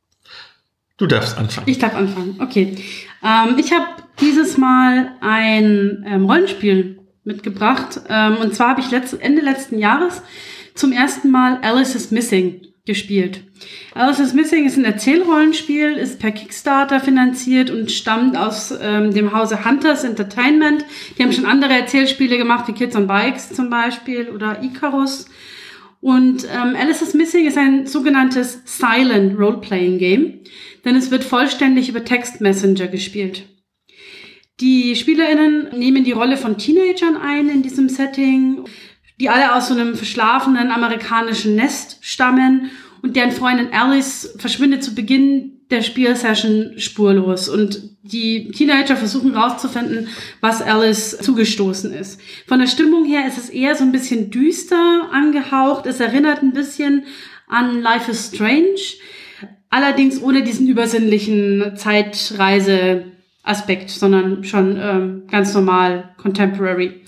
Du darfst anfangen. Ich darf anfangen, okay. Ich habe dieses Mal ein Rollenspiel mitgebracht. Und zwar habe ich Ende letzten Jahres zum ersten Mal Alice is Missing gespielt. Alice is Missing ist ein Erzählrollenspiel, ist per Kickstarter finanziert und stammt aus dem Hause Hunters Entertainment. Die haben schon andere Erzählspiele gemacht, wie Kids on Bikes zum Beispiel oder Icarus. Und Alice is Missing ist ein sogenanntes Silent Role-Playing Game, denn es wird vollständig über Text Messenger gespielt. Die SpielerInnen nehmen die Rolle von Teenagern ein in diesem Setting, die alle aus so einem verschlafenen amerikanischen Nest stammen und deren Freundin Alice verschwindet zu Beginn der Spielsession spurlos und die Teenager versuchen rauszufinden, was Alice zugestoßen ist. Von der Stimmung her ist es eher so ein bisschen düster angehaucht. Es erinnert ein bisschen an Life is Strange, allerdings ohne diesen übersinnlichen Zeitreise-Aspekt, sondern schon ganz normal, contemporary.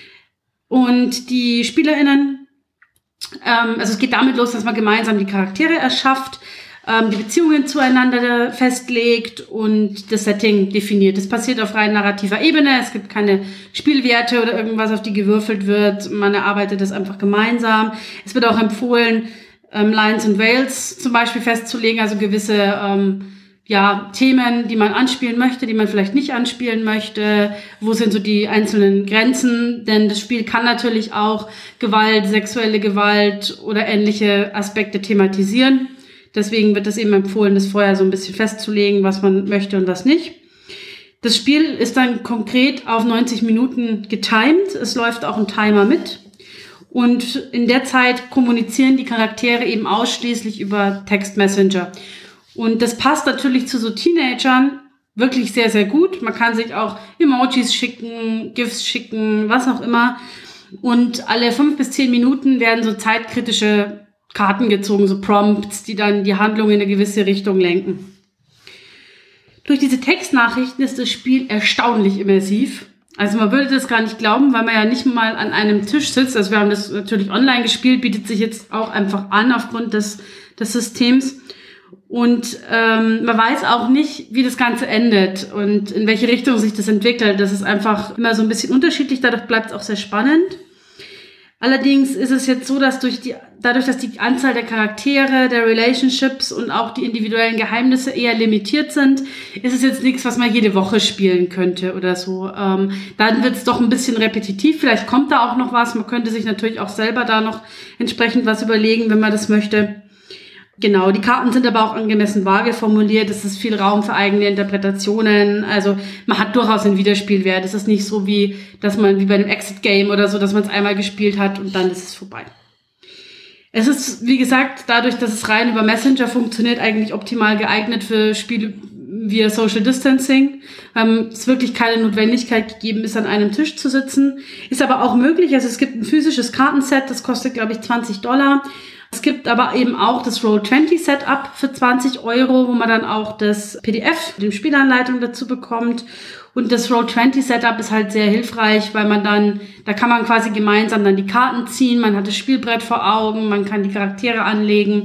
Und die SpielerInnen, also es geht damit los, dass man gemeinsam die Charaktere erschafft, die Beziehungen zueinander festlegt und das Setting definiert. Das passiert auf rein narrativer Ebene. Es gibt keine Spielwerte oder irgendwas, auf die gewürfelt wird. Man erarbeitet das einfach gemeinsam. Es wird auch empfohlen, Lines and Veils zum Beispiel festzulegen, also gewisse Themen, die man anspielen möchte, die man vielleicht nicht anspielen möchte. Wo sind so die einzelnen Grenzen? Denn das Spiel kann natürlich auch Gewalt, sexuelle Gewalt oder ähnliche Aspekte thematisieren. Deswegen wird es eben empfohlen, das vorher so ein bisschen festzulegen, was man möchte und was nicht. Das Spiel ist dann konkret auf 90 Minuten getimed. Es läuft auch ein Timer mit. Und in der Zeit kommunizieren die Charaktere eben ausschließlich über Text-Messenger. Und das passt natürlich zu so Teenagern wirklich sehr, sehr gut. Man kann sich auch Emojis schicken, GIFs schicken, was auch immer. Und alle 5 bis 10 Minuten werden so zeitkritische Karten gezogen, so Prompts, die dann die Handlung in eine gewisse Richtung lenken. Durch diese Textnachrichten ist das Spiel erstaunlich immersiv. Also man würde das gar nicht glauben, weil man ja nicht mal an einem Tisch sitzt. Also wir haben das natürlich online gespielt, bietet sich jetzt auch einfach an aufgrund des Systems. Und man weiß auch nicht, wie das Ganze endet und in welche Richtung sich das entwickelt. Das ist einfach immer so ein bisschen unterschiedlich, dadurch bleibt es auch sehr spannend. Allerdings ist es jetzt so, dass dadurch, dass die Anzahl der Charaktere, der Relationships und auch die individuellen Geheimnisse eher limitiert sind, ist es jetzt nichts, was man jede Woche spielen könnte oder so. Dann wird es doch ein bisschen repetitiv. Vielleicht kommt da auch noch was. Man könnte sich natürlich auch selber da noch entsprechend was überlegen, wenn man das möchte. Genau, die Karten sind aber auch angemessen vage formuliert. Es ist viel Raum für eigene Interpretationen. Also man hat durchaus einen Wiederspielwert. Es ist nicht so dass man wie bei einem Exit-Game oder so, dass man es einmal gespielt hat und dann ist es vorbei. Es ist, wie gesagt, dadurch, dass es rein über Messenger funktioniert, eigentlich optimal geeignet für Spiele via Social Distancing. Es wirklich keine Notwendigkeit gegeben ist, an einem Tisch zu sitzen. Ist aber auch möglich. Also es gibt ein physisches Kartenset, das kostet, glaube ich, $20. Es gibt aber eben auch das Roll20-Setup für €20, wo man dann auch das PDF, die Spielanleitung dazu bekommt. Und das Roll20-Setup ist halt sehr hilfreich, weil da kann man quasi gemeinsam dann die Karten ziehen, man hat das Spielbrett vor Augen, man kann die Charaktere anlegen.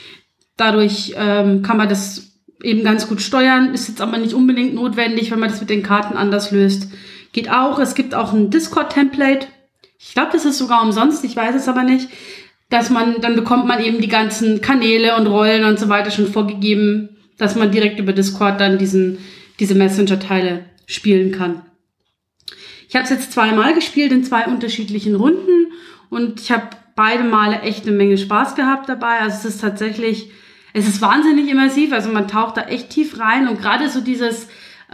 Dadurch kann man das eben ganz gut steuern, ist jetzt aber nicht unbedingt notwendig, wenn man das mit den Karten anders löst. Geht auch. Es gibt auch ein Discord-Template. Ich glaube, das ist sogar umsonst, ich weiß es aber nicht. Dann bekommt man eben die ganzen Kanäle und Rollen und so weiter schon vorgegeben, dass man direkt über Discord dann diese Messenger-Teile spielen kann. Ich habe es jetzt 2-mal gespielt in 2 unterschiedlichen Runden und ich habe beide Male echt eine Menge Spaß gehabt dabei. Also es ist wahnsinnig immersiv, also man taucht da echt tief rein und gerade so dieses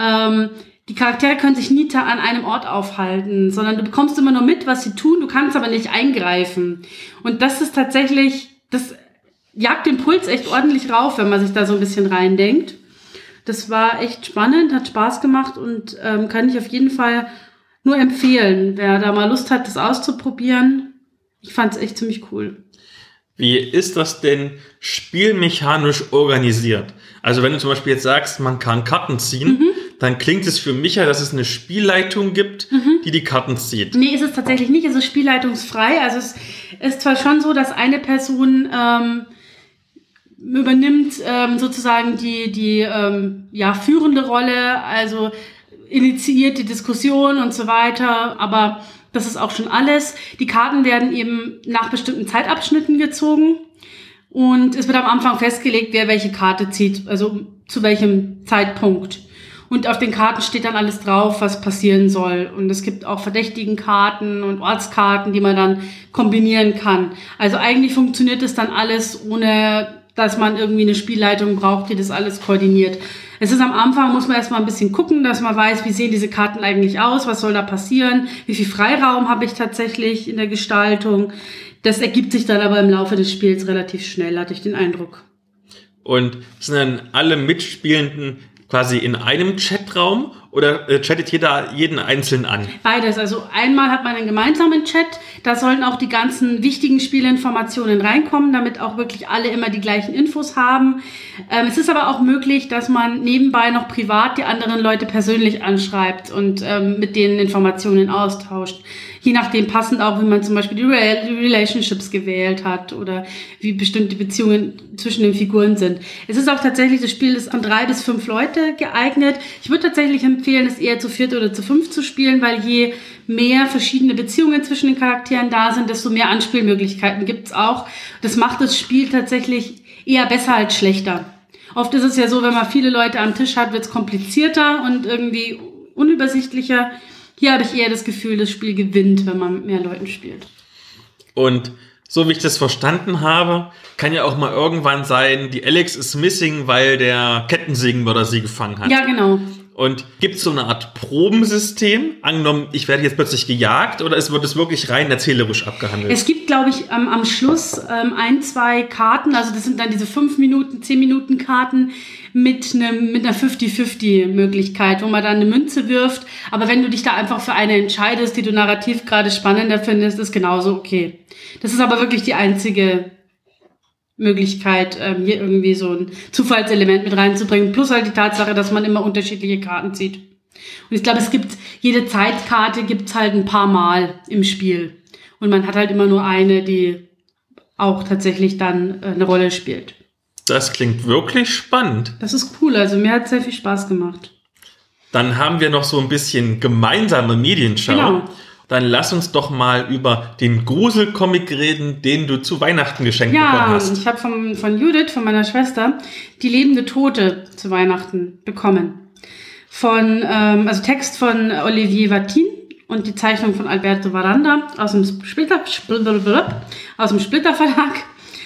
die Charaktere können sich nie an einem Ort aufhalten, sondern du bekommst immer nur mit, was sie tun, du kannst aber nicht eingreifen. Und das ist tatsächlich, das jagt den Puls echt ordentlich rauf, wenn man sich da so ein bisschen reindenkt. Das war echt spannend, hat Spaß gemacht und kann ich auf jeden Fall nur empfehlen, wer da mal Lust hat, das auszuprobieren. Ich fand es echt ziemlich cool. Wie ist das denn spielmechanisch organisiert? Also wenn du zum Beispiel jetzt sagst, man kann Karten ziehen, dann klingt es für mich ja, dass es eine Spielleitung gibt, die Karten zieht. Nee, ist es tatsächlich nicht. Es ist spielleitungsfrei. Also es ist zwar schon so, dass eine Person übernimmt sozusagen die führende Rolle, also initiiert die Diskussion und so weiter, aber das ist auch schon alles. Die Karten werden eben nach bestimmten Zeitabschnitten gezogen und es wird am Anfang festgelegt, wer welche Karte zieht, also zu welchem Zeitpunkt. Und auf den Karten steht dann alles drauf, was passieren soll. Und es gibt auch verdächtigen Karten und Ortskarten, die man dann kombinieren kann. Also eigentlich funktioniert es dann alles ohne dass man irgendwie eine Spielleitung braucht, die das alles koordiniert. Es ist am Anfang, muss man erstmal ein bisschen gucken, dass man weiß, wie sehen diese Karten eigentlich aus, was soll da passieren, wie viel Freiraum habe ich tatsächlich in der Gestaltung. Das ergibt sich dann aber im Laufe des Spiels relativ schnell, hatte ich den Eindruck. Und sind dann alle Mitspielenden quasi in einem Chatraum oder chattet jeder jeden einzeln an? Beides. Also einmal hat man einen gemeinsamen Chat, da sollen auch die ganzen wichtigen Spielinformationen reinkommen, damit auch wirklich alle immer die gleichen Infos haben. Es ist aber auch möglich, dass man nebenbei noch privat die anderen Leute persönlich anschreibt und mit denen Informationen austauscht. Je nachdem passend auch, wie man zum Beispiel die Relationships gewählt hat oder wie bestimmte Beziehungen zwischen den Figuren sind. Es ist auch tatsächlich, das Spiel ist von 3 bis 5 Leute geeignet. Ich würde tatsächlich empfehlen, es eher zu 4 oder zu 5 zu spielen, weil je mehr verschiedene Beziehungen zwischen den Charakteren da sind, desto mehr Anspielmöglichkeiten gibt's auch. Das macht das Spiel tatsächlich eher besser als schlechter. Oft ist es ja so, wenn man viele Leute am Tisch hat, wird's komplizierter und irgendwie unübersichtlicher. Hier habe ich eher das Gefühl, das Spiel gewinnt, wenn man mit mehr Leuten spielt. Und so wie ich das verstanden habe, kann ja auch mal irgendwann sein, die Alex ist missing, weil der Kettensägenmörder sie gefangen hat. Ja, genau. Und gibt es so eine Art Probensystem? Angenommen, ich werde jetzt plötzlich gejagt oder wird es wirklich rein erzählerisch abgehandelt? Es gibt, glaube ich, am Schluss 1, 2 Karten, also das sind dann diese 5 Minuten, 10 Minuten Karten mit einer 50-50-Möglichkeit, wo man dann eine Münze wirft. Aber wenn du dich da einfach für eine entscheidest, die du narrativ gerade spannender findest, ist genauso okay. Das ist aber wirklich die einzige Möglichkeit, hier irgendwie so ein Zufallselement mit reinzubringen. Plus halt die Tatsache, dass man immer unterschiedliche Karten zieht. Und ich glaube, jede Zeitkarte gibt's halt ein paar Mal im Spiel. Und man hat halt immer nur eine, die auch tatsächlich dann eine Rolle spielt. Das klingt wirklich spannend. Das ist cool, also mir hat sehr viel Spaß gemacht. Dann haben wir noch so ein bisschen gemeinsame Medienschau. Genau. Dann lass uns doch mal über den Gruselcomic reden, den du zu Weihnachten geschenkt bekommen hast. Ja, ich habe von Judith, von meiner Schwester, Die lebende Tote zu Weihnachten bekommen. Also Text von Olivier Vatin und die Zeichnung von Alberto Varanda aus dem Splitter Verlag.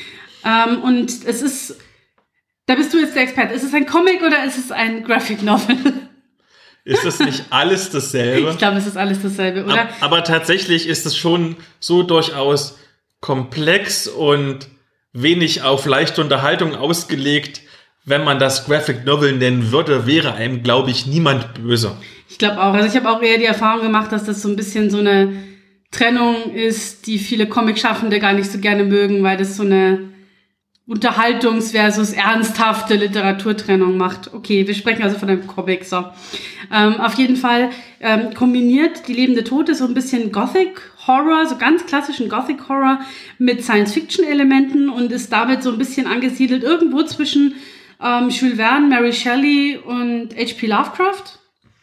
Und es ist, da bist du jetzt der Experte, ist es ein Comic oder ist es ein Graphic Novel? Ist das nicht alles dasselbe? Ich glaube, es ist alles dasselbe, oder? Aber tatsächlich ist es schon so durchaus komplex und wenig auf leichte Unterhaltung ausgelegt. Wenn man das Graphic Novel nennen würde, wäre einem, glaube ich, niemand böse. Ich glaube auch. Also ich habe auch eher die Erfahrung gemacht, dass das so ein bisschen so eine Trennung ist, die viele Comic-Schaffende gar nicht so gerne mögen, weil das so eine Unterhaltungs- versus ernsthafte Literaturtrennung macht. Okay, wir sprechen also von einem Comic, so. Auf jeden Fall kombiniert Die lebende Tote so ein bisschen Gothic-Horror, so ganz klassischen Gothic-Horror mit Science-Fiction-Elementen und ist damit so ein bisschen angesiedelt irgendwo zwischen Jules Verne, Mary Shelley und H.P. Lovecraft.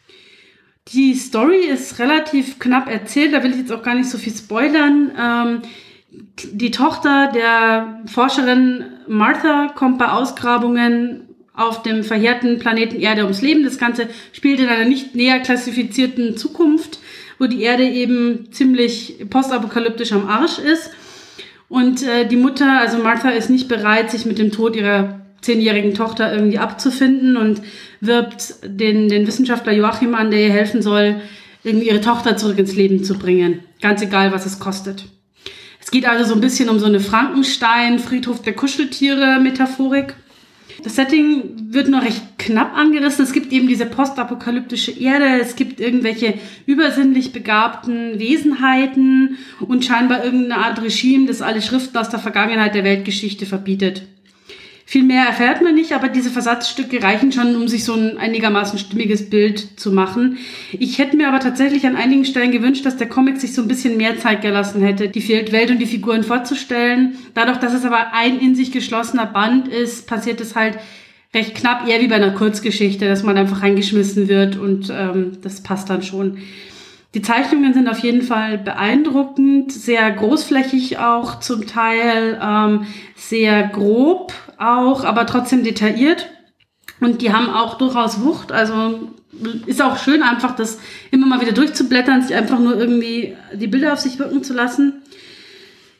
Die Story ist relativ knapp erzählt, da will ich jetzt auch gar nicht so viel spoilern. Die Tochter der Forscherin Martha kommt bei Ausgrabungen auf dem verheerten Planeten Erde ums Leben. Das Ganze spielt in einer nicht näher klassifizierten Zukunft, wo die Erde eben ziemlich postapokalyptisch am Arsch ist. Und die Mutter, also Martha, ist nicht bereit, sich mit dem Tod ihrer 10-jährigen Tochter irgendwie abzufinden und wirbt den Wissenschaftler Joachim an, der ihr helfen soll, irgendwie ihre Tochter zurück ins Leben zu bringen. Ganz egal, was es kostet. Es geht also so ein bisschen um so eine Frankenstein-Friedhof der Kuscheltiere-Metaphorik. Das Setting wird nur recht knapp angerissen. Es gibt eben diese postapokalyptische Erde, es gibt irgendwelche übersinnlich begabten Wesenheiten und scheinbar irgendeine Art Regime, das alle Schriften aus der Vergangenheit der Weltgeschichte verbietet. Viel mehr erfährt man nicht, aber diese Versatzstücke reichen schon, um sich so ein einigermaßen stimmiges Bild zu machen. Ich hätte mir aber tatsächlich an einigen Stellen gewünscht, dass der Comic sich so ein bisschen mehr Zeit gelassen hätte, die Welt und die Figuren vorzustellen. Dadurch, dass es aber ein in sich geschlossener Band ist, passiert es halt recht knapp, eher wie bei einer Kurzgeschichte, dass man einfach reingeschmissen wird und das passt dann schon. Die Zeichnungen sind auf jeden Fall beeindruckend, sehr großflächig auch zum Teil, sehr grob auch, aber trotzdem detailliert. Und die haben auch durchaus Wucht, also ist auch schön einfach, das immer mal wieder durchzublättern, sich einfach nur irgendwie die Bilder auf sich wirken zu lassen.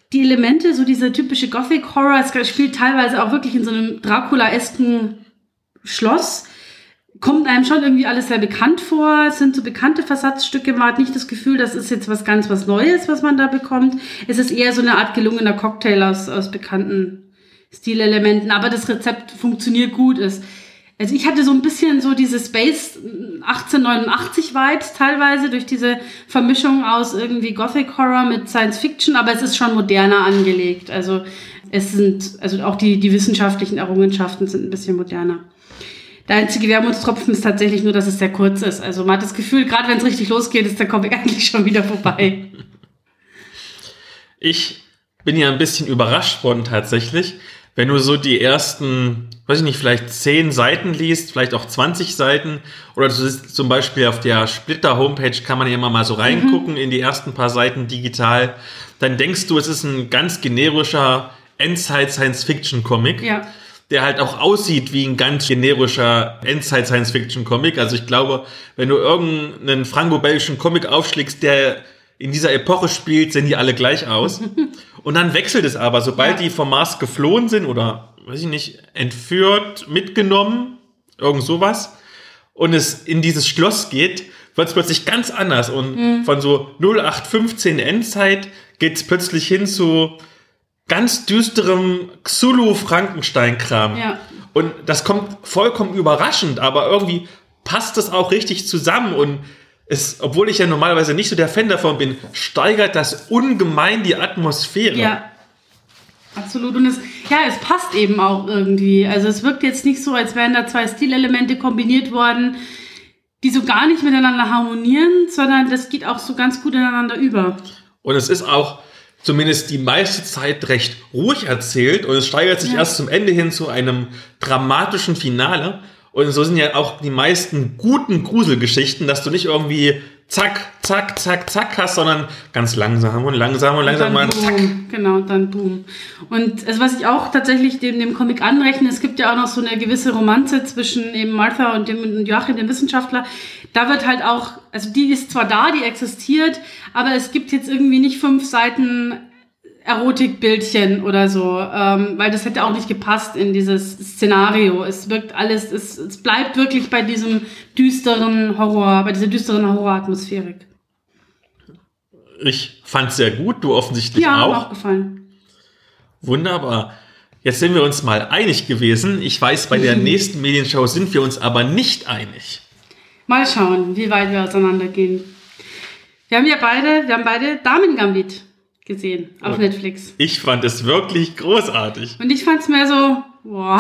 Die Elemente, so dieser typische Gothic-Horror, es spielt teilweise auch wirklich in so einem Dracula-esken Schloss, kommt einem schon irgendwie alles sehr bekannt vor. Es sind so bekannte Versatzstücke, man hat nicht das Gefühl, das ist jetzt was Neues, was man da bekommt. Es ist eher so eine Art gelungener Cocktail aus bekannten Stilelementen, aber das Rezept funktioniert gut. Also ich hatte so ein bisschen so diese Space 1889 Vibes teilweise durch diese Vermischung aus irgendwie Gothic Horror mit Science Fiction, aber es ist schon moderner angelegt. Also auch die wissenschaftlichen Errungenschaften sind ein bisschen moderner. Der einzige Wermutstropfen ist tatsächlich nur, dass es sehr kurz ist. Also man hat das Gefühl, gerade wenn es richtig losgeht, ist der Comic eigentlich schon wieder vorbei. Ich bin ja ein bisschen überrascht worden tatsächlich, wenn du so die ersten, weiß ich nicht, vielleicht 10 Seiten liest, vielleicht auch 20 Seiten, oder du siehst zum Beispiel auf der Splitter-Homepage, kann man ja immer mal so reingucken in die ersten paar Seiten digital, dann denkst du, es ist ein ganz generischer Endzeit-Science-Fiction-Comic, ja, der halt auch aussieht wie ein ganz generischer Endzeit-Science-Fiction-Comic. Also ich glaube, wenn du irgendeinen franco-belgischen Comic aufschlägst, der in dieser Epoche spielt, sehen die alle gleich aus. Und dann wechselt es aber, sobald die vom Mars geflohen sind oder, weiß ich nicht, entführt, mitgenommen, irgend sowas, und es in dieses Schloss geht, wird es plötzlich ganz anders. Und von so 0815 Endzeit geht es plötzlich hin zu ganz düsterem Cthulhu-Frankenstein-Kram. Ja. Und das kommt vollkommen überraschend, aber irgendwie passt das auch richtig zusammen. Und obwohl ich ja normalerweise nicht so der Fan davon bin, steigert das ungemein die Atmosphäre. Ja, absolut. Und es passt eben auch irgendwie. Also es wirkt jetzt nicht so, als wären da 2 Stilelemente kombiniert worden, die so gar nicht miteinander harmonieren, sondern das geht auch so ganz gut ineinander über. Und es ist auch zumindest die meiste Zeit recht ruhig erzählt und es steigert sich erst zum Ende hin zu einem dramatischen Finale. Und so sind ja auch die meisten guten Gruselgeschichten, dass du nicht irgendwie zack, zack, zack, zack hast, sondern ganz langsam und langsam und langsam mal zack. Genau, dann boom. Und also was ich auch tatsächlich dem Comic anrechne, es gibt ja auch noch so eine gewisse Romanze zwischen eben Martha und dem Joachim, dem Wissenschaftler. Da wird halt auch, also die ist zwar da, die existiert, aber es gibt jetzt irgendwie nicht 5 Seiten Erotikbildchen oder so, weil das hätte auch nicht gepasst in dieses Szenario. Es wirkt alles, es bleibt wirklich bei diesem düsteren Horror, bei dieser düsteren Horroratmosphärik. Ich fand's sehr gut, du offensichtlich auch. Ja, mir auch gefallen. Wunderbar. Jetzt sind wir uns mal einig gewesen. Ich weiß, bei der nächsten Medienschau sind wir uns aber nicht einig. Mal schauen, wie weit wir auseinandergehen. Wir haben beide Damen-Gambit gesehen auf Netflix. Ich fand es wirklich großartig. Und ich fand es mehr so, boah.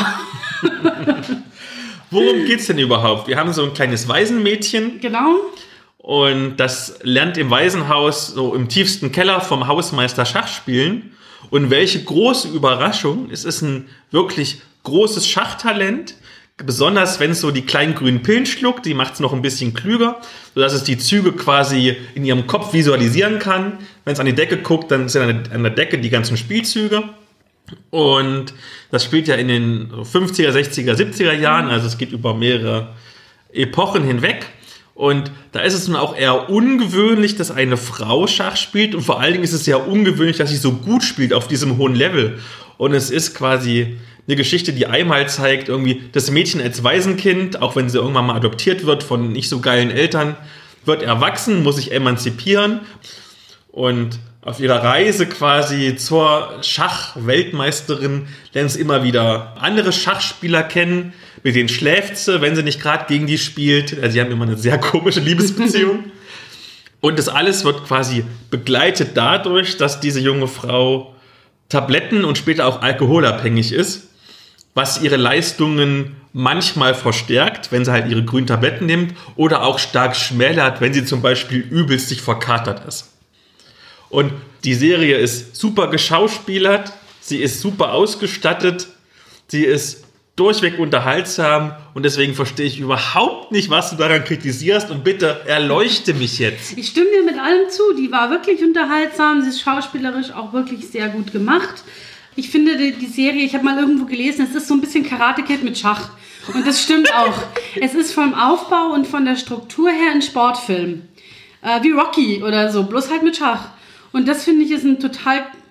Worum geht's denn überhaupt? Wir haben so ein kleines Waisenmädchen. Genau. Und das lernt im Waisenhaus so im tiefsten Keller vom Hausmeister Schach spielen. Und welche große Überraschung, es ist ein wirklich großes Schachtalent. Besonders wenn es so die kleinen grünen Pillen schluckt, die macht es noch ein bisschen klüger, sodass es die Züge quasi in ihrem Kopf visualisieren kann. Wenn es an die Decke guckt, dann sind an der Decke die ganzen Spielzüge. Und das spielt ja in den 50er, 60er, 70er Jahren, also es geht über mehrere Epochen hinweg. Und da ist es nun auch eher ungewöhnlich, dass eine Frau Schach spielt. Und vor allen Dingen ist es sehr ungewöhnlich, dass sie so gut spielt auf diesem hohen Level. Und es ist quasi eine Geschichte, die einmal zeigt, irgendwie das Mädchen als Waisenkind, auch wenn sie irgendwann mal adoptiert wird von nicht so geilen Eltern, wird erwachsen, muss sich emanzipieren. Und auf ihrer Reise quasi zur Schachweltmeisterin lernt sie immer wieder andere Schachspieler kennen. Mit denen schläft sie, wenn sie nicht gerade gegen die spielt. Also sie haben immer eine sehr komische Liebesbeziehung. Und das alles wird quasi begleitet dadurch, dass diese junge Frau Tabletten und später auch alkoholabhängig ist, was ihre Leistungen manchmal verstärkt, wenn sie halt ihre grünen Tabletten nimmt, oder auch stark schmälert, wenn sie zum Beispiel übelst sich verkatert ist. Und die Serie ist super geschauspielert, sie ist super ausgestattet, sie ist durchweg unterhaltsam und deswegen verstehe ich überhaupt nicht, was du daran kritisierst und bitte erleuchte mich jetzt. Ich stimme dir mit allem zu, die war wirklich unterhaltsam, sie ist schauspielerisch auch wirklich sehr gut gemacht. Ich finde die Serie, ich habe mal irgendwo gelesen, es ist so ein bisschen Karate Kid mit Schach und das stimmt auch. Es ist vom Aufbau und von der Struktur her ein Sportfilm, wie Rocky oder so, bloß halt mit Schach. Und das finde ich ist ein total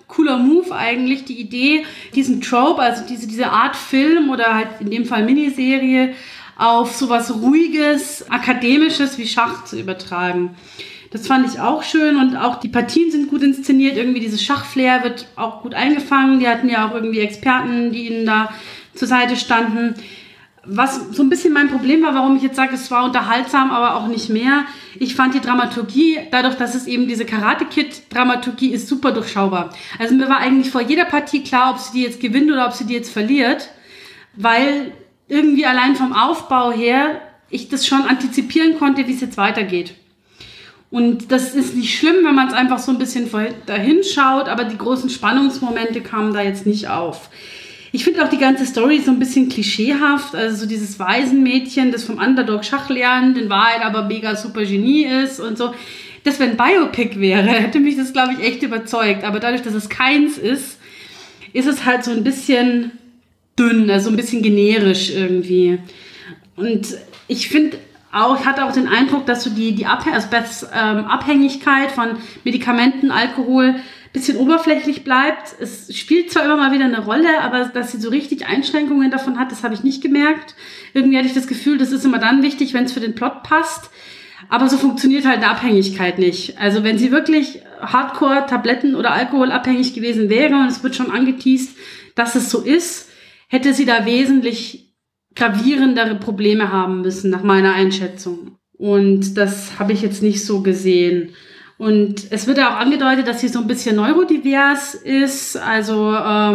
cooler Move eigentlich, die Idee, diesen Trope, also diese Art Film oder halt in dem Fall Miniserie, auf sowas Ruhiges, Akademisches wie Schach zu übertragen. Das fand ich auch schön und auch die Partien sind gut inszeniert. Irgendwie dieses Schachflair wird auch gut eingefangen. Die hatten ja auch irgendwie Experten, die ihnen da zur Seite standen. Was so ein bisschen mein Problem war, warum ich jetzt sage, es war unterhaltsam, aber auch nicht mehr. Ich fand die Dramaturgie, dadurch, dass es eben diese Karate-Kid-Dramaturgie ist, super durchschaubar. Also mir war eigentlich vor jeder Partie klar, ob sie die jetzt gewinnt oder ob sie die jetzt verliert, weil irgendwie allein vom Aufbau her ich das schon antizipieren konnte, wie es jetzt weitergeht. Und das ist nicht schlimm, wenn man es einfach so ein bisschen dahin schaut, aber die großen Spannungsmomente kamen da jetzt nicht auf. Ich finde auch die ganze Story so ein bisschen klischeehaft, also so dieses Waisenmädchen, das vom Underdog Schach lernt, in Wahrheit aber mega super Genie ist und so. Das, wenn Biopic wäre, hätte mich das, glaube ich, echt überzeugt. Aber dadurch, dass es keins ist, ist es halt so ein bisschen dünn, also ein bisschen generisch irgendwie. Und ich finde auch, ich hatte auch den Eindruck, dass so die Abhängigkeit von Medikamenten, Alkohol bisschen oberflächlich bleibt. Es spielt zwar immer mal wieder eine Rolle, aber dass sie so richtig Einschränkungen davon hat, das habe ich nicht gemerkt. Irgendwie hatte ich das Gefühl, das ist immer dann wichtig, wenn es für den Plot passt. Aber so funktioniert halt eine Abhängigkeit nicht. Also wenn sie wirklich hardcore Tabletten- oder alkoholabhängig gewesen wäre, und es wird schon angeteast, dass es so ist, hätte sie da wesentlich gravierendere Probleme haben müssen, nach meiner Einschätzung. Und das habe ich jetzt nicht so gesehen. Und es wird ja auch angedeutet, dass sie so ein bisschen neurodivers ist, also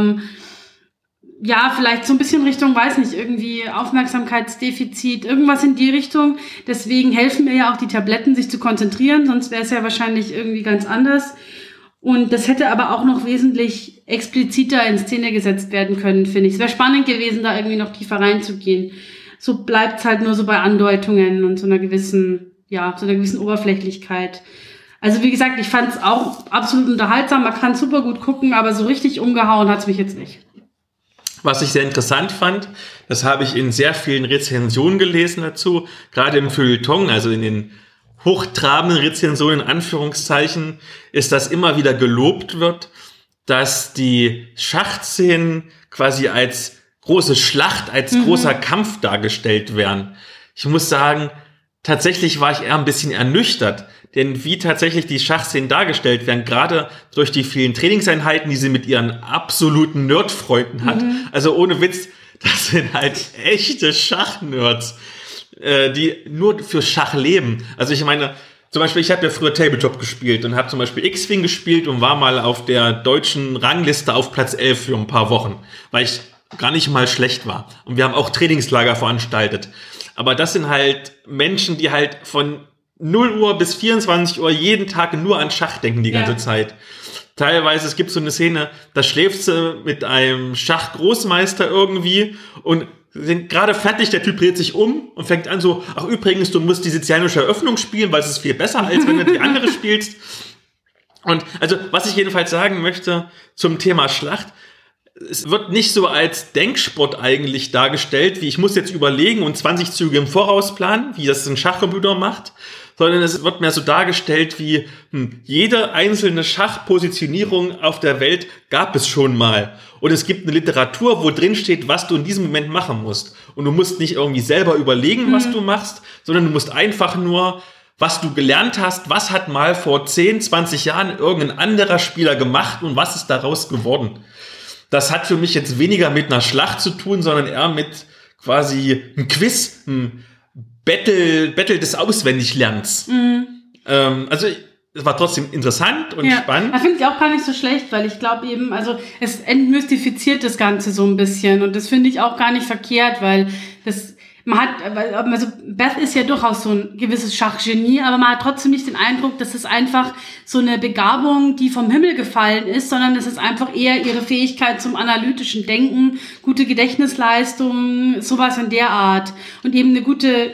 ja, vielleicht so ein bisschen Richtung, weiß nicht, irgendwie Aufmerksamkeitsdefizit, irgendwas in die Richtung. Deswegen helfen mir ja auch die Tabletten, sich zu konzentrieren, sonst wäre es ja wahrscheinlich irgendwie ganz anders. Und das hätte aber auch noch wesentlich expliziter in Szene gesetzt werden können, finde ich. Es wäre spannend gewesen, da irgendwie noch tiefer reinzugehen. So bleibt es halt nur so bei Andeutungen und so einer gewissen Oberflächlichkeit. Also wie gesagt, ich fand es auch absolut unterhaltsam, man kann super gut gucken, aber so richtig umgehauen hat es mich jetzt nicht. Was ich sehr interessant fand, das habe ich in sehr vielen Rezensionen gelesen dazu, gerade im Feuilleton, also in den hochtrabenden Rezensionen in Anführungszeichen, ist, dass immer wieder gelobt wird, dass die Schachszenen quasi als große Schlacht, als großer Kampf dargestellt werden. Ich muss sagen, tatsächlich war ich eher ein bisschen ernüchtert, denn wie tatsächlich die Schachszenen dargestellt werden, gerade durch die vielen Trainingseinheiten, die sie mit ihren absoluten Nerdfreunden hat, also ohne Witz, das sind halt echte Schachnerds, die nur für Schach leben. Also ich meine, zum Beispiel, ich habe ja früher Tabletop gespielt und habe zum Beispiel X-Wing gespielt und war mal auf der deutschen Rangliste auf Platz 11 für ein paar Wochen, weil ich gar nicht mal schlecht war. Und wir haben auch Trainingslager veranstaltet. Aber das sind halt Menschen, die halt von 0 Uhr bis 24 Uhr jeden Tag nur an Schach denken die ganze Zeit. Teilweise, es gibt so eine Szene, da schläft sie mit einem Schachgroßmeister irgendwie und sind gerade fertig, der Typ dreht sich um und fängt an so, ach übrigens, du musst die sizilianische Eröffnung spielen, weil es ist viel besser, als wenn du die andere spielst. Und also, was ich jedenfalls sagen möchte zum Thema Schlacht, es wird nicht so als Denksport eigentlich dargestellt, wie ich muss jetzt überlegen und 20 Züge im Voraus planen, wie das ein Schachcomputer macht, sondern es wird mehr so dargestellt wie jede einzelne Schachpositionierung auf der Welt gab es schon mal. Und es gibt eine Literatur, wo drin steht, was du in diesem Moment machen musst. Und du musst nicht irgendwie selber überlegen, was du machst, sondern du musst einfach nur, was du gelernt hast, was hat mal vor 10, 20 Jahren irgendein anderer Spieler gemacht und was ist daraus geworden. Das hat für mich jetzt weniger mit einer Schlacht zu tun, sondern eher mit quasi einem Quiz, einem Battle des Auswendiglernens. Also es war trotzdem interessant und spannend. Das finde ich auch gar nicht so schlecht, weil ich glaube eben, also es entmystifiziert das Ganze so ein bisschen und das finde ich auch gar nicht verkehrt, weil das also Beth ist ja durchaus so ein gewisses Schachgenie, aber man hat trotzdem nicht den Eindruck, dass es einfach so eine Begabung, die vom Himmel gefallen ist, sondern es ist einfach eher ihre Fähigkeit zum analytischen Denken, gute Gedächtnisleistung, sowas in der Art und eben eine gute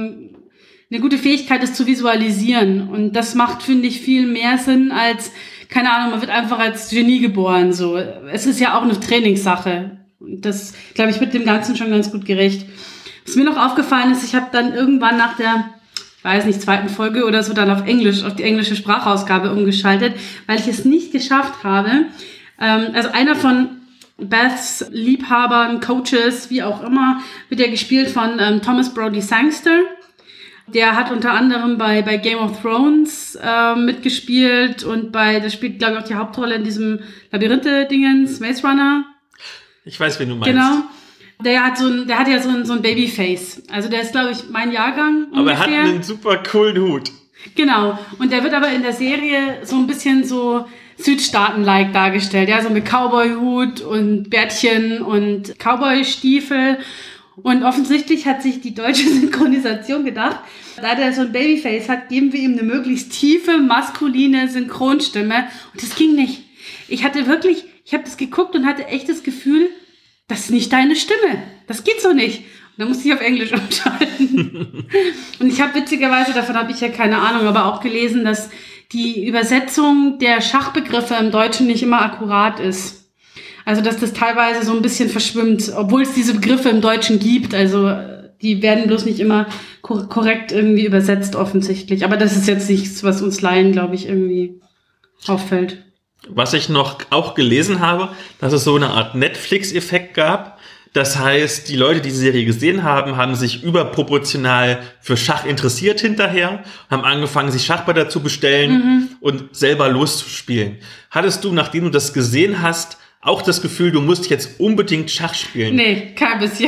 Fähigkeit, das zu visualisieren. Und das macht, finde ich, viel mehr Sinn als, keine Ahnung, man wird einfach als Genie geboren, so. Es ist ja auch eine Trainingssache. Und das, glaube ich, wird dem Ganzen schon ganz gut gerecht. Was mir noch aufgefallen ist, ich habe dann irgendwann nach der, zweiten Folge oder so dann auf die englische Sprachausgabe umgeschaltet, weil ich es nicht geschafft habe, Also einer von Beths Liebhabern, Coaches, wie auch immer, wird ja gespielt von Thomas Brodie Sangster. Der hat unter anderem bei Game of Thrones mitgespielt und der spielt, glaube ich, auch die Hauptrolle in diesem Labyrinthe-Dingens, Maze Runner. Ich weiß, wen du meinst. Genau. Der hat ja so ein Babyface. Also der ist, glaube ich, mein Jahrgang ungefähr. Aber er hat einen super coolen Hut. Genau. Und der wird aber in der Serie so ein bisschen so Südstaaten-like dargestellt. Ja, so mit Cowboy-Hut und Bärtchen und Cowboy-Stiefel. Und offensichtlich hat sich die deutsche Synchronisation gedacht, da der so ein Babyface hat, geben wir ihm eine möglichst tiefe, maskuline Synchronstimme. Und das ging nicht. Ich habe das geguckt und hatte echt das Gefühl, das ist nicht deine Stimme. Das geht so nicht. Und dann musste ich auf Englisch umschalten. Und ich habe witzigerweise, davon habe ich ja keine Ahnung, aber auch gelesen, dass die Übersetzung der Schachbegriffe im Deutschen nicht immer akkurat ist. Also, dass das teilweise so ein bisschen verschwimmt, obwohl es diese Begriffe im Deutschen gibt. Also, die werden bloß nicht immer korrekt irgendwie übersetzt, offensichtlich. Aber das ist jetzt nichts, was uns Laien, glaube ich, irgendwie auffällt. Was ich noch auch gelesen habe, dass es so eine Art Netflix-Effekt gab. Das heißt, die Leute, die die Serie gesehen haben, haben sich überproportional für Schach interessiert hinterher, haben angefangen, sich Schachbretter zu bestellen und selber loszuspielen. Hattest du, nachdem du das gesehen hast, auch das Gefühl, du musst jetzt unbedingt Schach spielen? Nee, kein bisschen.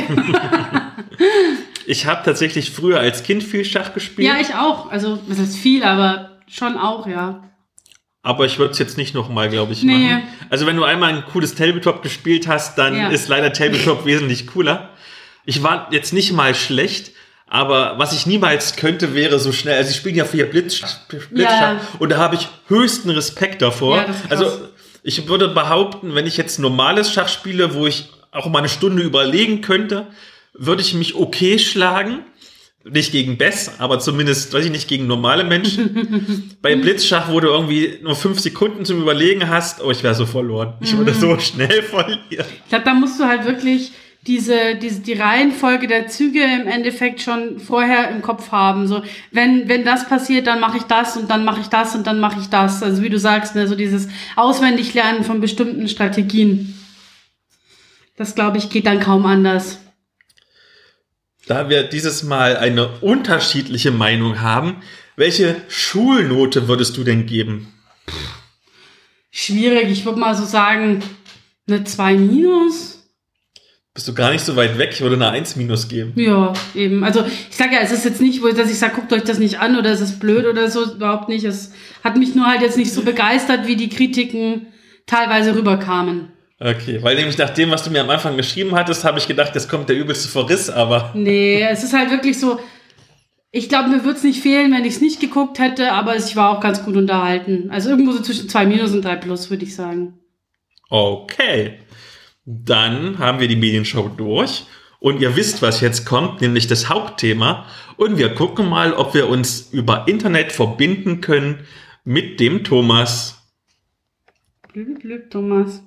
Ich habe tatsächlich früher als Kind viel Schach gespielt. Ja, ich auch. Also, das ist viel, aber schon auch, ja. Aber ich würde es jetzt nicht nochmal, glaube ich, machen. Also wenn du einmal ein cooles Tabletop gespielt hast, dann ist leider Tabletop wesentlich cooler. Ich war jetzt nicht mal schlecht, aber was ich niemals könnte, wäre so schnell. Also ich spiele ja viel Blitzschach und da habe ich höchsten Respekt davor. Ja, das ist krass. Also ich würde behaupten, wenn ich jetzt normales Schach spiele, wo ich auch mal eine Stunde überlegen könnte, würde ich mich okay schlagen. Nicht gegen Bess, aber zumindest, weiß ich nicht, gegen normale Menschen. Bei Blitzschach, wo du irgendwie nur 5 Sekunden zum Überlegen hast, ich wäre so verloren. Ich würde so schnell verlieren. Ich glaube, da musst du halt wirklich die Reihenfolge der Züge im Endeffekt schon vorher im Kopf haben. So, wenn das passiert, dann mache ich das und dann mache ich das und dann mache ich das. Also wie du sagst, ne, so dieses Auswendiglernen von bestimmten Strategien. Das, glaube ich, geht dann kaum anders. Da wir dieses Mal eine unterschiedliche Meinung haben, welche Schulnote würdest du denn geben? Schwierig, ich würde mal so sagen, eine 2-. Bist du gar nicht so weit weg, ich würde eine 1- geben. Ja, eben. Also ich sage ja, es ist jetzt nicht, dass ich sage, guckt euch das nicht an oder es ist blöd oder so, überhaupt nicht. Es hat mich nur halt jetzt nicht so begeistert, wie die Kritiken teilweise rüberkamen. Okay, weil nämlich nach dem, was du mir am Anfang geschrieben hattest, habe ich gedacht, jetzt kommt der übelste Verriss, aber... Nee, es ist halt wirklich so, ich glaube, mir würde es nicht fehlen, wenn ich es nicht geguckt hätte, aber ich war auch ganz gut unterhalten. Also irgendwo so zwischen 2- und 3+, würde ich sagen. Okay, dann haben wir die Medienshow durch und ihr wisst, was jetzt kommt, nämlich das Hauptthema. Und wir gucken mal, ob wir uns über Internet verbinden können mit dem Thomas. Glück, Thomas.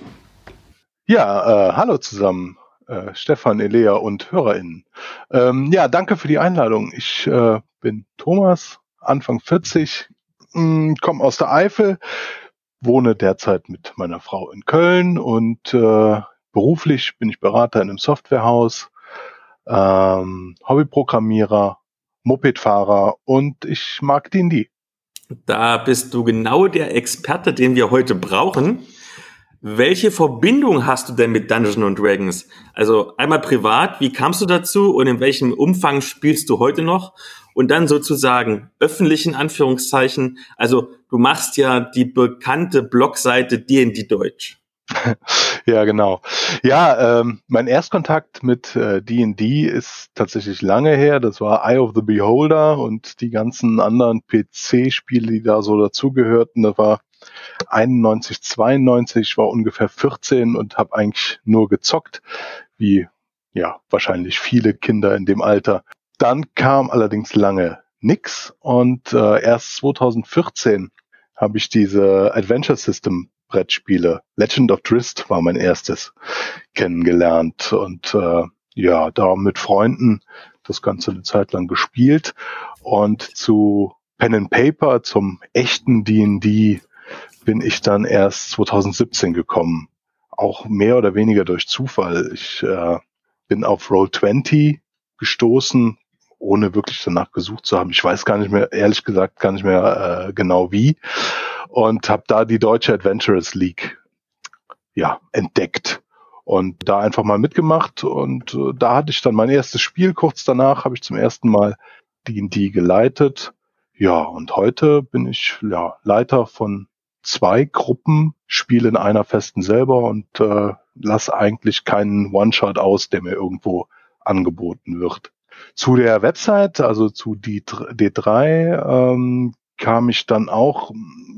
Ja, hallo zusammen, Stefan, Elea und HörerInnen. Ja, danke für die Einladung. Ich bin Thomas, Anfang 40, komme aus der Eifel, wohne derzeit mit meiner Frau in Köln und beruflich bin ich Berater in einem Softwarehaus, Hobbyprogrammierer, Mopedfahrer und ich mag D&D. Da bist du genau der Experte, den wir heute brauchen. Welche Verbindung hast du denn mit Dungeons & Dragons? Also einmal privat, wie kamst du dazu und in welchem Umfang spielst du heute noch? Und dann sozusagen öffentlichen Anführungszeichen, also du machst ja die bekannte Blogseite D&D Deutsch. Ja, genau. Ja, mein Erstkontakt mit D&D ist tatsächlich lange her. Das war Eye of the Beholder und die ganzen anderen PC-Spiele, die da so dazugehörten. Das war 91, 92, ich war ungefähr 14 und habe eigentlich nur gezockt, wie ja wahrscheinlich viele Kinder in dem Alter. Dann kam allerdings lange nix und erst 2014 habe ich diese Adventure System Brettspiele, Legend of Drizzt war mein erstes, kennengelernt und ja, da mit Freunden das Ganze eine Zeit lang gespielt und zu Pen and Paper, zum echten D&D bin ich dann erst 2017 gekommen. Auch mehr oder weniger durch Zufall. Ich bin auf Roll20 gestoßen, ohne wirklich danach gesucht zu haben. Ich weiß gar nicht mehr, ehrlich gesagt, gar nicht mehr genau wie. Und habe da die Deutsche Adventurers League entdeckt. Und da einfach mal mitgemacht. Und da hatte ich dann mein erstes Spiel. Kurz danach habe ich zum ersten Mal D&D geleitet. Ja, und heute bin ich Leiter von 2 Gruppen, spiele in einer festen selber und lasse eigentlich keinen One-Shot aus, der mir irgendwo angeboten wird. Zu der Website, also zu D3, kam ich dann auch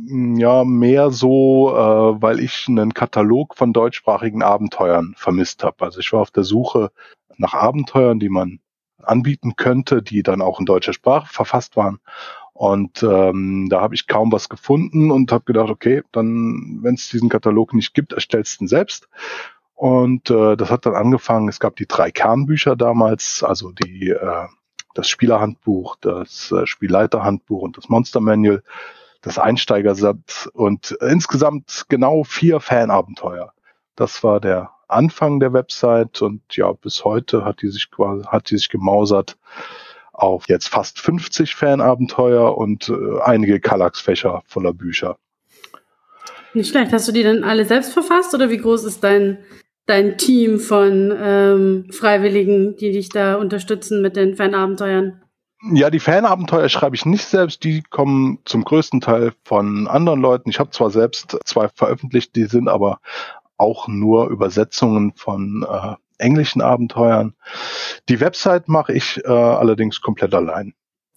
mehr so, weil ich einen Katalog von deutschsprachigen Abenteuern vermisst habe. Also ich war auf der Suche nach Abenteuern, die man anbieten könnte, die dann auch in deutscher Sprache verfasst waren. Und da habe ich kaum was gefunden und habe gedacht, okay, dann, wenn es diesen Katalog nicht gibt, erstellst du ihn selbst. Und das hat dann angefangen, es gab die 3 Kernbücher damals, also das Spielerhandbuch, das Spielleiterhandbuch und das Monster Manual, das Einsteigersatz und insgesamt genau 4 Fanabenteuer. Das war der Anfang der Website und ja, bis heute hat die sich gemausert auf jetzt fast 50 Fanabenteuer und einige Kallax-Fächer voller Bücher. Nicht schlecht. Hast du die dann alle selbst verfasst oder wie groß ist dein Team von Freiwilligen, die dich da unterstützen mit den Fanabenteuern? Ja, die Fanabenteuer schreibe ich nicht selbst, die kommen zum größten Teil von anderen Leuten. Ich habe zwar selbst 2 veröffentlicht, die sind aber auch nur Übersetzungen von englischen Abenteuern. Die Website mache ich allerdings komplett allein.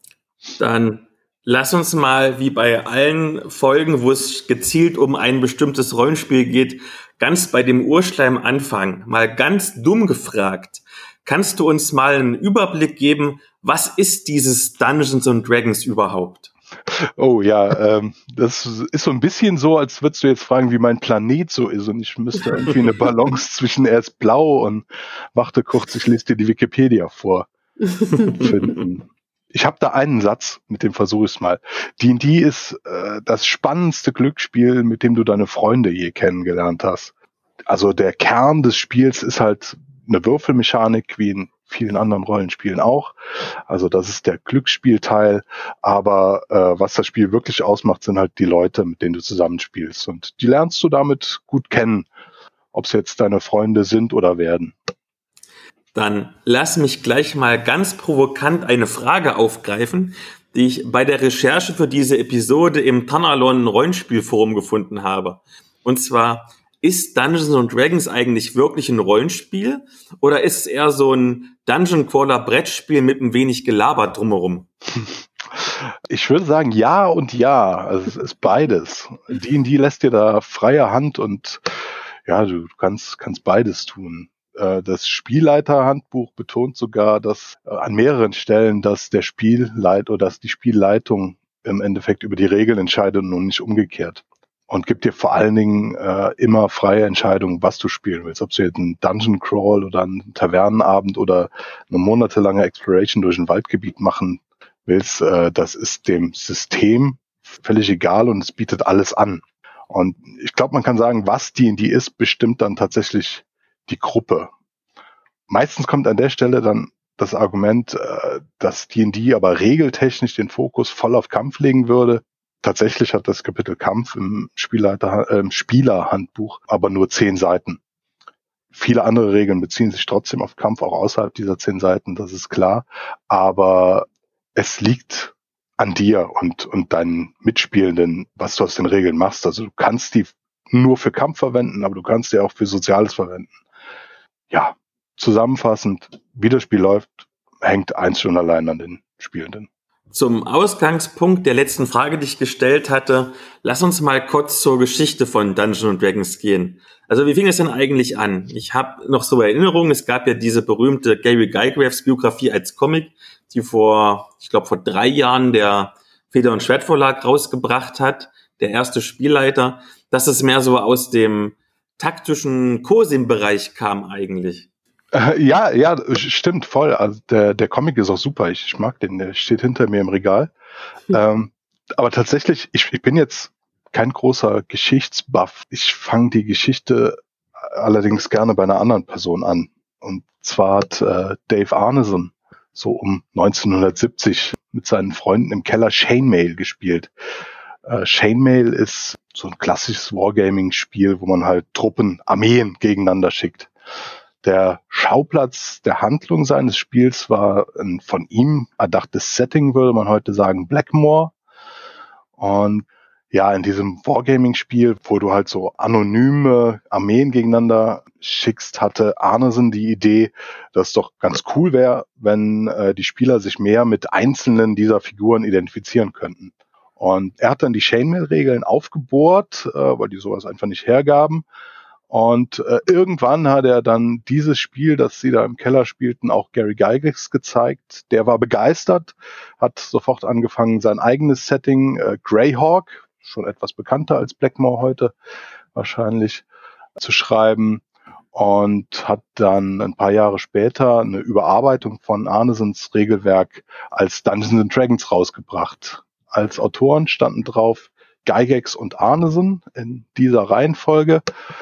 Dann lass uns mal, wie bei allen Folgen, wo es gezielt um ein bestimmtes Rollenspiel geht, ganz bei dem Urschleim anfangen. Mal ganz dumm gefragt. Kannst du uns mal einen Überblick geben, was ist dieses Dungeons & Dragons überhaupt? Oh ja, das ist so ein bisschen so, als würdest du jetzt fragen, wie mein Planet so ist und ich müsste irgendwie eine Balance zwischen er ist blau und warte kurz, ich lese dir die Wikipedia vor finden. Ich habe da einen Satz, mit dem versuche ich es mal. D&D ist das spannendste Glücksspiel, mit dem du deine Freunde je kennengelernt hast. Also der Kern des Spiels ist halt eine Würfelmechanik, wie in vielen anderen Rollenspielen auch. Also das ist der Glücksspielteil, aber was das Spiel wirklich ausmacht, sind halt die Leute, mit denen du zusammenspielst. Und die lernst du damit gut kennen, ob es jetzt deine Freunde sind oder werden. Dann lass mich gleich mal ganz provokant eine Frage aufgreifen, die ich bei der Recherche für diese Episode im Tanalon Rollenspielforum gefunden habe. Und zwar, ist Dungeons & Dragons eigentlich wirklich ein Rollenspiel oder ist es eher so ein Dungeon-Crawler-Brettspiel mit ein wenig Gelaber drumherum? Ich würde sagen ja und ja. Also es ist beides. D&D lässt dir da freie Hand und ja, du kannst beides tun. Das Spielleiterhandbuch betont sogar, dass an mehreren Stellen, dass der Spielleiter oder dass die Spielleitung im Endeffekt über die Regeln entscheidet und nicht umgekehrt. Und gibt dir vor allen Dingen immer freie Entscheidungen, was du spielen willst. Ob du jetzt einen Dungeon Crawl oder einen Tavernenabend oder eine monatelange Exploration durch ein Waldgebiet machen willst, das ist dem System völlig egal und es bietet alles an. Und ich glaube, man kann sagen, was D&D ist, bestimmt dann tatsächlich die Gruppe. Meistens kommt an der Stelle dann das Argument, dass D&D aber regeltechnisch den Fokus voll auf Kampf legen würde. Tatsächlich hat das Kapitel Kampf im Spielerhandbuch aber nur 10 Seiten. Viele andere Regeln beziehen sich trotzdem auf Kampf, auch außerhalb dieser 10 Seiten, das ist klar. Aber es liegt an dir und deinen Mitspielenden, was du aus den Regeln machst. Also du kannst die nur für Kampf verwenden, aber du kannst die auch für Soziales verwenden. Ja, zusammenfassend, wie das Spiel läuft, hängt einzig und allein an den Spielenden. Zum Ausgangspunkt der letzten Frage, die ich gestellt hatte, lass uns mal kurz zur Geschichte von Dungeons & Dragons gehen. Also wie fing es denn eigentlich an? Ich habe noch so Erinnerungen, es gab ja diese berühmte Gary Gygax Biografie als Comic, die vor 3 Jahren der Feder- und Schwertverlag rausgebracht hat, der erste Spielleiter, dass es mehr so aus dem taktischen COSIM-Bereich kam eigentlich. Ja, stimmt, voll. Also der Comic ist auch super. Ich mag den, der steht hinter mir im Regal. Aber tatsächlich, ich bin jetzt kein großer Geschichtsbuff. Ich fange die Geschichte allerdings gerne bei einer anderen Person an. Und zwar hat Dave Arneson so um 1970 mit seinen Freunden im Keller Chainmail gespielt. Chainmail ist so ein klassisches Wargaming-Spiel, wo man halt Truppen, Armeen gegeneinander schickt. Der Schauplatz der Handlung seines Spiels war ein von ihm erdachtes Setting, würde man heute sagen, Blackmoor. Und ja, in diesem Wargaming-Spiel, wo du halt so anonyme Armeen gegeneinander schickst, hatte Arneson die Idee, dass es doch ganz cool wäre, wenn die Spieler sich mehr mit einzelnen dieser Figuren identifizieren könnten. Und er hat dann die Chainmail-Regeln aufgebohrt, weil die sowas einfach nicht hergaben. Und irgendwann hat er dann dieses Spiel, das sie da im Keller spielten, auch Gary Gygax gezeigt. Der war begeistert, hat sofort angefangen, sein eigenes Setting, Greyhawk, schon etwas bekannter als Blackmoor heute wahrscheinlich, zu schreiben. Und hat dann ein paar Jahre später eine Überarbeitung von Arnesons Regelwerk als Dungeons & Dragons rausgebracht. Als Autoren standen drauf Gygax und Arneson in dieser Reihenfolge.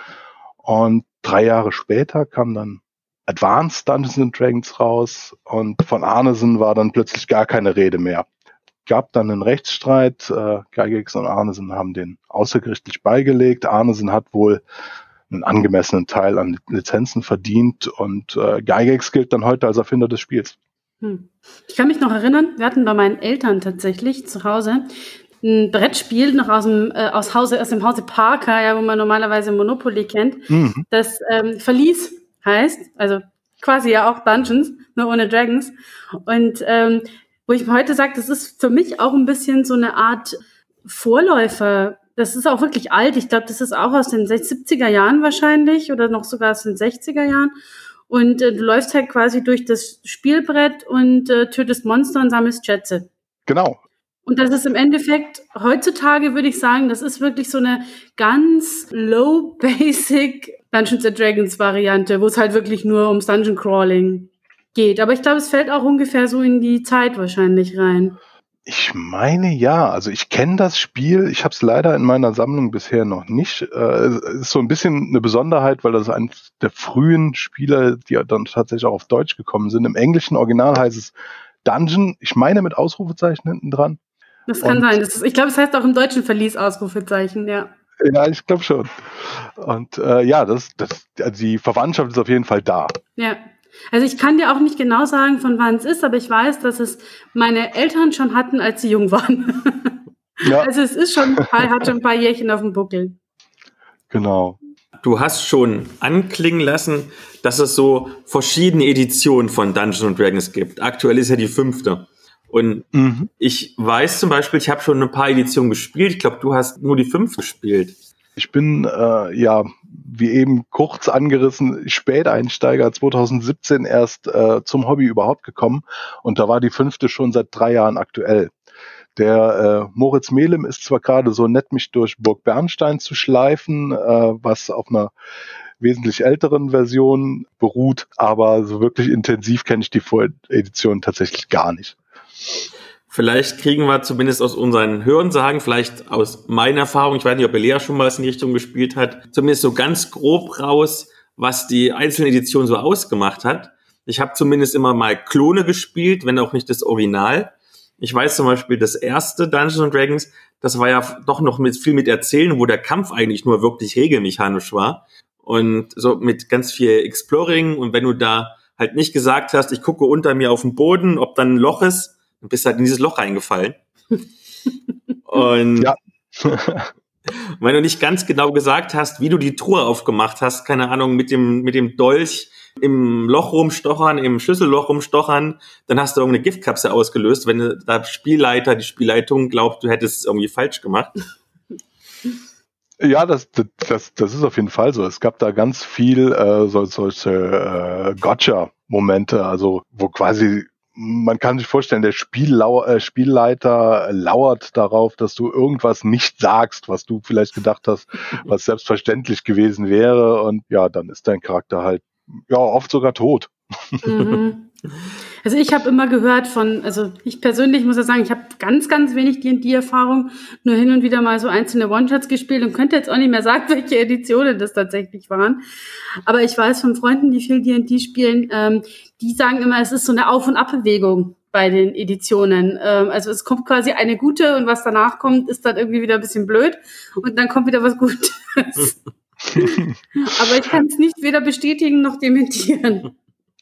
Und 3 Jahre später kam dann Advanced Dungeons & Dragons raus und von Arneson war dann plötzlich gar keine Rede mehr. Gab dann einen Rechtsstreit, Gygax und Arneson haben den außergerichtlich beigelegt. Arneson hat wohl einen angemessenen Teil an Lizenzen verdient und Gygax gilt dann heute als Erfinder des Spiels. Ich kann mich noch erinnern, wir hatten bei meinen Eltern tatsächlich zu Hause ein Brettspiel noch aus dem Hause Parker, ja, wo man normalerweise Monopoly kennt, das Verlies heißt, also quasi ja auch Dungeons, nur ohne Dragons. Und wo ich heute sage, das ist für mich auch ein bisschen so eine Art Vorläufer. Das ist auch wirklich alt. Ich glaube, das ist auch aus den 70er Jahren wahrscheinlich oder noch sogar aus den 60er Jahren. Und du läufst halt quasi durch das Spielbrett und tötest Monster und sammelst Schätze. Genau. Und das ist im Endeffekt, heutzutage würde ich sagen, das ist wirklich so eine ganz low-basic Dungeons & Dragons Variante, wo es halt wirklich nur ums Dungeon Crawling geht. Aber ich glaube, es fällt auch ungefähr so in die Zeit wahrscheinlich rein. Ich meine ja, also ich kenne das Spiel, ich habe es leider in meiner Sammlung bisher noch nicht. Es ist so ein bisschen eine Besonderheit, weil das eines der frühen Spiele, die dann tatsächlich auch auf Deutsch gekommen sind. Im englischen Original heißt es Dungeon, ich meine mit Ausrufezeichen hinten dran. Das kann sein. Ich glaube, es heißt auch im deutschen Verlies Ausrufezeichen, ja. Ja, ich glaube schon. Und also die Verwandtschaft ist auf jeden Fall da. Ja. Also ich kann dir auch nicht genau sagen, von wann es ist, aber ich weiß, dass es meine Eltern schon hatten, als sie jung waren. Ja. Also es ist hat schon ein paar Jährchen auf dem Buckel. Genau. Du hast schon anklingen lassen, dass es so verschiedene Editionen von Dungeons & Dragons gibt. Aktuell ist ja die 5. Und ich weiß zum Beispiel, ich habe schon ein paar Editionen gespielt. Ich glaube, du hast nur die 5 gespielt. Ich bin, wie eben kurz angerissen, Späteinsteiger, 2017 erst zum Hobby überhaupt gekommen. Und da war die 5. schon seit 3 Jahren aktuell. Der Moritz Melem ist zwar gerade so nett, mich durch Burg Bernstein zu schleifen, was auf einer wesentlich älteren Version beruht, aber so wirklich intensiv kenne ich die Voredition tatsächlich gar nicht. Vielleicht kriegen wir zumindest aus unseren Hörensagen, vielleicht aus meiner Erfahrung, ich weiß nicht, ob Elea schon mal was in die Richtung gespielt hat, zumindest so ganz grob raus, was die einzelne Edition so ausgemacht hat. Ich habe zumindest immer mal Klone gespielt, wenn auch nicht das Original. Ich weiß zum Beispiel, das erste Dungeons & Dragons, das war ja doch noch viel mit Erzählen, wo der Kampf eigentlich nur wirklich regelmechanisch war. Und so mit ganz viel Exploring. Und wenn du da halt nicht gesagt hast, ich gucke unter mir auf den Boden, ob dann ein Loch ist, dann bist du halt in dieses Loch reingefallen. Und ja. wenn du nicht ganz genau gesagt hast, wie du die Truhe aufgemacht hast, keine Ahnung, mit dem Dolch im Loch rumstochern, im Schlüsselloch rumstochern, dann hast du irgendeine Giftkapsel ausgelöst, wenn der Spielleiter, die Spielleitung glaubt, du hättest es irgendwie falsch gemacht. Ja, das ist auf jeden Fall so. Es gab da ganz viel solche Gotcha-Momente, also wo quasi man kann sich vorstellen, der Spielleiter lauert darauf, dass du irgendwas nicht sagst, was du vielleicht gedacht hast, was selbstverständlich gewesen wäre. Und ja, dann ist dein Charakter halt oft sogar tot. Also ich habe immer gehört ich persönlich muss ja sagen, ich habe ganz, ganz wenig D&D-Erfahrung, nur hin und wieder mal so einzelne One-Shots gespielt und könnte jetzt auch nicht mehr sagen, welche Editionen das tatsächlich waren. Aber ich weiß von Freunden, die viel D&D spielen, die sagen immer, es ist so eine Auf- und Abbewegung bei den Editionen. Also es kommt quasi eine gute und was danach kommt, ist dann irgendwie wieder ein bisschen blöd und dann kommt wieder was Gutes. Aber ich kann es nicht weder bestätigen noch dementieren.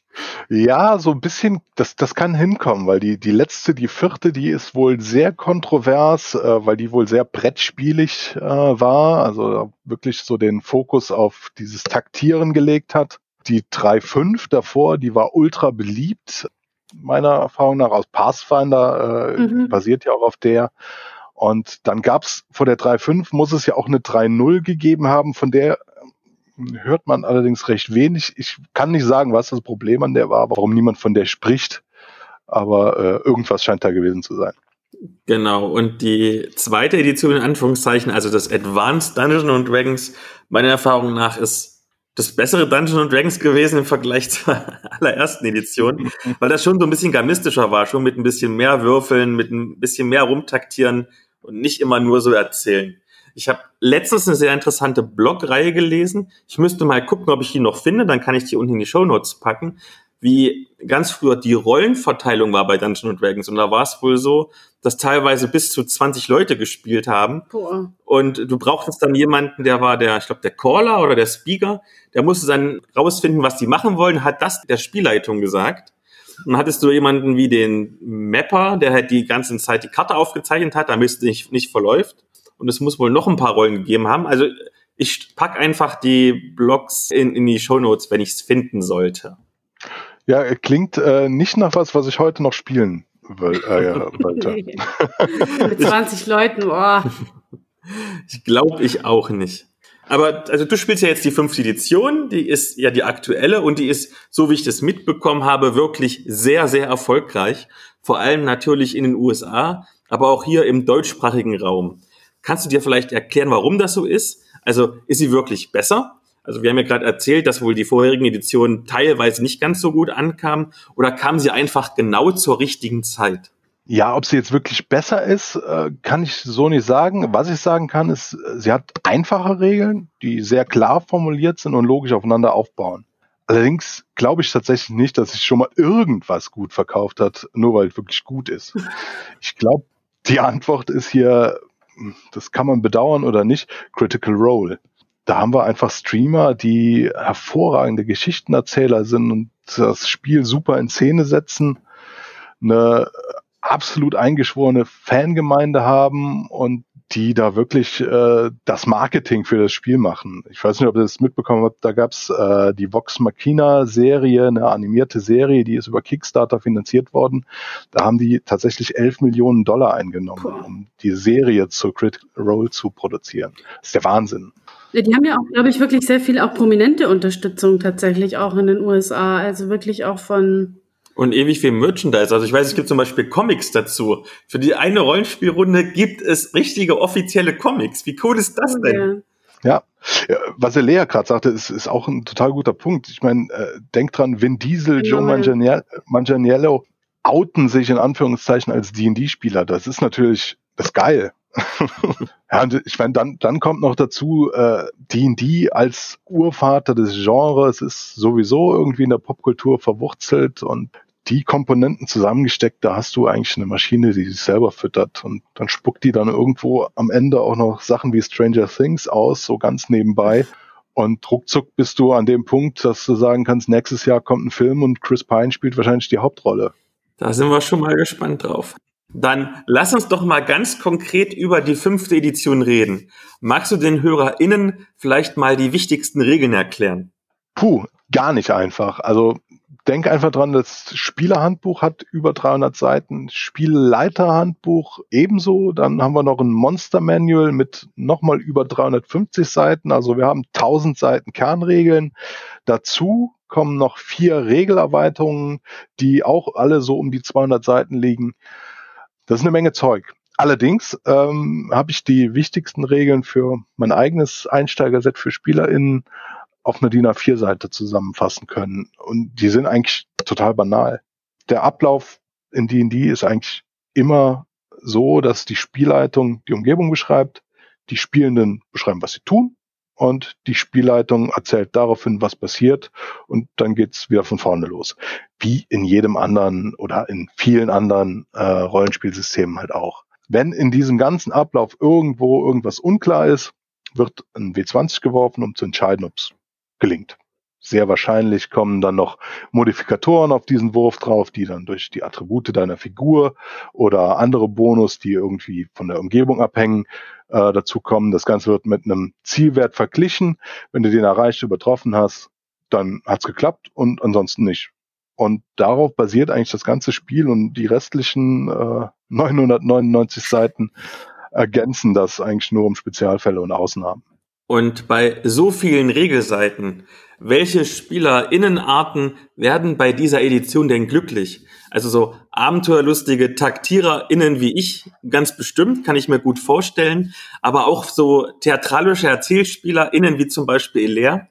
Ja, so ein bisschen, das kann hinkommen, weil die letzte, die vierte, die ist wohl sehr kontrovers, weil die wohl sehr brettspielig war, also wirklich so den Fokus auf dieses Taktieren gelegt hat. Die 3.5 davor, die war ultra beliebt, meiner Erfahrung nach, aus Pathfinder, basiert ja auch auf der. Und dann gab's vor der 3.5 muss es ja auch eine 3.0 gegeben haben, von der hört man allerdings recht wenig. Ich kann nicht sagen, was das Problem an der war, warum niemand von der spricht, aber irgendwas scheint da gewesen zu sein. Genau, und die zweite Edition in Anführungszeichen, also das Advanced Dungeons & Dragons, meiner Erfahrung nach ist das bessere Dungeons & Dragons gewesen im Vergleich zur allerersten Edition, weil das schon so ein bisschen garnistischer war, schon mit ein bisschen mehr Würfeln, mit ein bisschen mehr rumtaktieren und nicht immer nur so erzählen. Ich habe letztens eine sehr interessante Blogreihe gelesen. Ich müsste mal gucken, ob ich die noch finde, dann kann ich die unten in die Shownotes packen, wie ganz früher die Rollenverteilung war bei Dungeons & Dragons. Und da war es wohl so, dass teilweise bis zu 20 Leute gespielt haben. Boah. Und du brauchtest dann jemanden, der war der Caller oder der Speaker, der musste dann rausfinden, was die machen wollen, hat das der Spielleitung gesagt. Und dann hattest du jemanden wie den Mapper, der halt die ganze Zeit die Karte aufgezeichnet hat, damit es nicht verläuft. Und es muss wohl noch ein paar Rollen gegeben haben. Also ich pack einfach die Blogs in die Shownotes, wenn ich es finden sollte. Ja, klingt nicht nach was ich heute noch spielen wollte. Mit 20 Leuten, boah. Ich glaube ich auch nicht. Aber also du spielst ja jetzt die 5. Edition, die ist ja die aktuelle und die ist, so wie ich das mitbekommen habe, wirklich sehr, sehr erfolgreich. Vor allem natürlich in den USA, aber auch hier im deutschsprachigen Raum. Kannst du dir vielleicht erklären, warum das so ist? Also ist sie wirklich besser? Also wir haben ja gerade erzählt, dass wohl die vorherigen Editionen teilweise nicht ganz so gut ankamen. Oder kam sie einfach genau zur richtigen Zeit? Ja, ob sie jetzt wirklich besser ist, kann ich so nicht sagen. Was ich sagen kann, ist, sie hat einfache Regeln, die sehr klar formuliert sind und logisch aufeinander aufbauen. Allerdings glaube ich tatsächlich nicht, dass sich schon mal irgendwas gut verkauft hat, nur weil es wirklich gut ist. Ich glaube, die Antwort ist hier, das kann man bedauern oder nicht, Critical Role. Da haben wir einfach Streamer, die hervorragende Geschichtenerzähler sind und das Spiel super in Szene setzen, eine absolut eingeschworene Fangemeinde haben und die da wirklich das Marketing für das Spiel machen. Ich weiß nicht, ob ihr das mitbekommen habt, da gab's die Vox Machina-Serie, eine animierte Serie, die ist über Kickstarter finanziert worden. Da haben die tatsächlich $11 Millionen eingenommen, um die Serie zur Critical Role zu produzieren. Das ist der Wahnsinn. Die haben ja auch, glaube ich, wirklich sehr viel auch prominente Unterstützung tatsächlich auch in den USA. Also wirklich auch von... Und ewig viel Merchandise. Also ich weiß, es gibt zum Beispiel Comics dazu. Für die eine Rollenspielrunde gibt es richtige offizielle Comics. Wie cool ist das denn? Ja, was der Lea gerade sagte, ist auch ein total guter Punkt. Ich meine, denk dran, Vin Diesel, Joe Manganiello outen sich in Anführungszeichen als D&D-Spieler. Das ist natürlich, das ist geil. Ja, und ich meine, dann kommt noch dazu, D&D als Urvater des Genres ist sowieso irgendwie in der Popkultur verwurzelt und die Komponenten zusammengesteckt, da hast du eigentlich eine Maschine, die sich selber füttert und dann spuckt die dann irgendwo am Ende auch noch Sachen wie Stranger Things aus, so ganz nebenbei. Und ruckzuck bist du an dem Punkt, dass du sagen kannst, nächstes Jahr kommt ein Film und Chris Pine spielt wahrscheinlich die Hauptrolle. Da sind wir schon mal gespannt drauf. Dann lass uns doch mal ganz konkret über die 5. Edition reden. Magst du den HörerInnen vielleicht mal die wichtigsten Regeln erklären? Gar nicht einfach. Also denk einfach dran, das Spielerhandbuch hat über 300 Seiten, Spielleiterhandbuch ebenso. Dann haben wir noch ein Monster Manual mit nochmal über 350 Seiten. Also wir haben 1000 Seiten Kernregeln. Dazu kommen noch 4 Regelerweiterungen, die auch alle so um die 200 Seiten liegen. Das ist eine Menge Zeug. Allerdings habe ich die wichtigsten Regeln für mein eigenes Einsteigerset für SpielerInnen auf einer DIN A4-Seite zusammenfassen können. Und die sind eigentlich total banal. Der Ablauf in D&D ist eigentlich immer so, dass die Spielleitung die Umgebung beschreibt, die Spielenden beschreiben, was sie tun, und die Spielleitung erzählt daraufhin, was passiert, und dann geht's wieder von vorne los. Wie in jedem anderen oder in vielen anderen Rollenspielsystemen halt auch. Wenn in diesem ganzen Ablauf irgendwo irgendwas unklar ist, wird ein W20 geworfen, um zu entscheiden, ob es gelingt. Sehr wahrscheinlich kommen dann noch Modifikatoren auf diesen Wurf drauf, die dann durch die Attribute deiner Figur oder andere Bonus, die irgendwie von der Umgebung abhängen, dazu kommen. Das Ganze wird mit einem Zielwert verglichen. Wenn du den erreicht, übertroffen hast, dann hat's geklappt und ansonsten nicht. Und darauf basiert eigentlich das ganze Spiel, und die restlichen 999 Seiten ergänzen das eigentlich nur um Spezialfälle und Ausnahmen. Und bei so vielen Regelseiten, welche SpielerInnenarten werden bei dieser Edition denn glücklich? Also so abenteuerlustige TaktiererInnen wie ich, ganz bestimmt, kann ich mir gut vorstellen, aber auch so theatralische ErzählspielerInnen wie zum Beispiel Elea.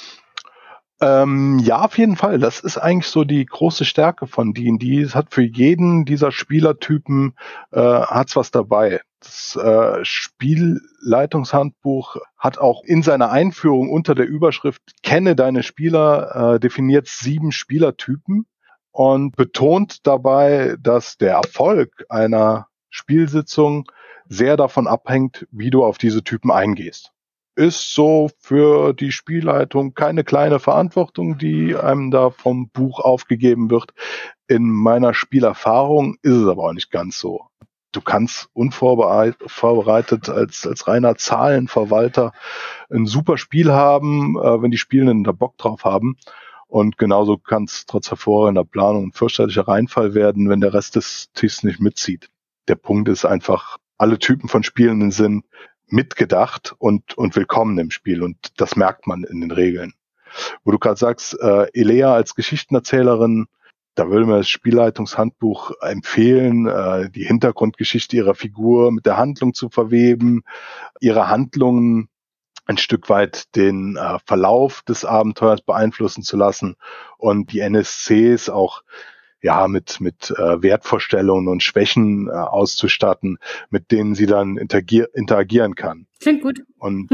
Ja, auf jeden Fall. Das ist eigentlich so die große Stärke von D&D. Es hat für jeden dieser Spielertypen hat's was dabei. Das Spielleitungshandbuch hat auch in seiner Einführung unter der Überschrift "Kenne deine Spieler" definiert 7 Spielertypen und betont dabei, dass der Erfolg einer Spielsitzung sehr davon abhängt, wie du auf diese Typen eingehst. Ist so für die Spielleitung keine kleine Verantwortung, die einem da vom Buch aufgegeben wird. In meiner Spielerfahrung ist es aber auch nicht ganz so. Du kannst unvorbereitet als reiner Zahlenverwalter ein super Spiel haben, wenn die Spielenden da Bock drauf haben. Und genauso kann es trotz hervorragender Planung ein fürchterlicher Reinfall werden, wenn der Rest des Tisches nicht mitzieht. Der Punkt ist einfach, alle Typen von Spielenden sind mitgedacht und willkommen im Spiel, und das merkt man in den Regeln. Wo du gerade sagst, Elea als Geschichtenerzählerin, da würde mir das Spielleitungshandbuch empfehlen, die Hintergrundgeschichte ihrer Figur mit der Handlung zu verweben, ihre Handlungen ein Stück weit den Verlauf des Abenteuers beeinflussen zu lassen und die NSCs auch mit Wertvorstellungen und Schwächen auszustatten, mit denen sie dann interagieren kann. Klingt gut. Und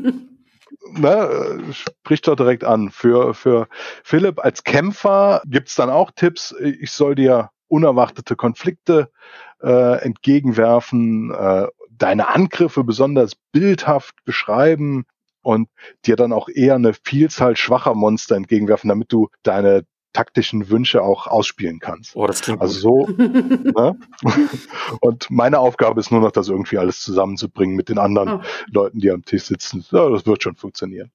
spricht doch direkt an. Für Philipp als Kämpfer gibt's dann auch Tipps. Ich soll dir unerwartete Konflikte entgegenwerfen, deine Angriffe besonders bildhaft beschreiben und dir dann auch eher eine Vielzahl schwacher Monster entgegenwerfen, damit du deine taktischen Wünsche auch ausspielen kannst. Oh, das klingt also gut. So, ne? Und meine Aufgabe ist nur noch, das irgendwie alles zusammenzubringen mit den anderen Leuten, die am Tisch sitzen. Ja, das wird schon funktionieren.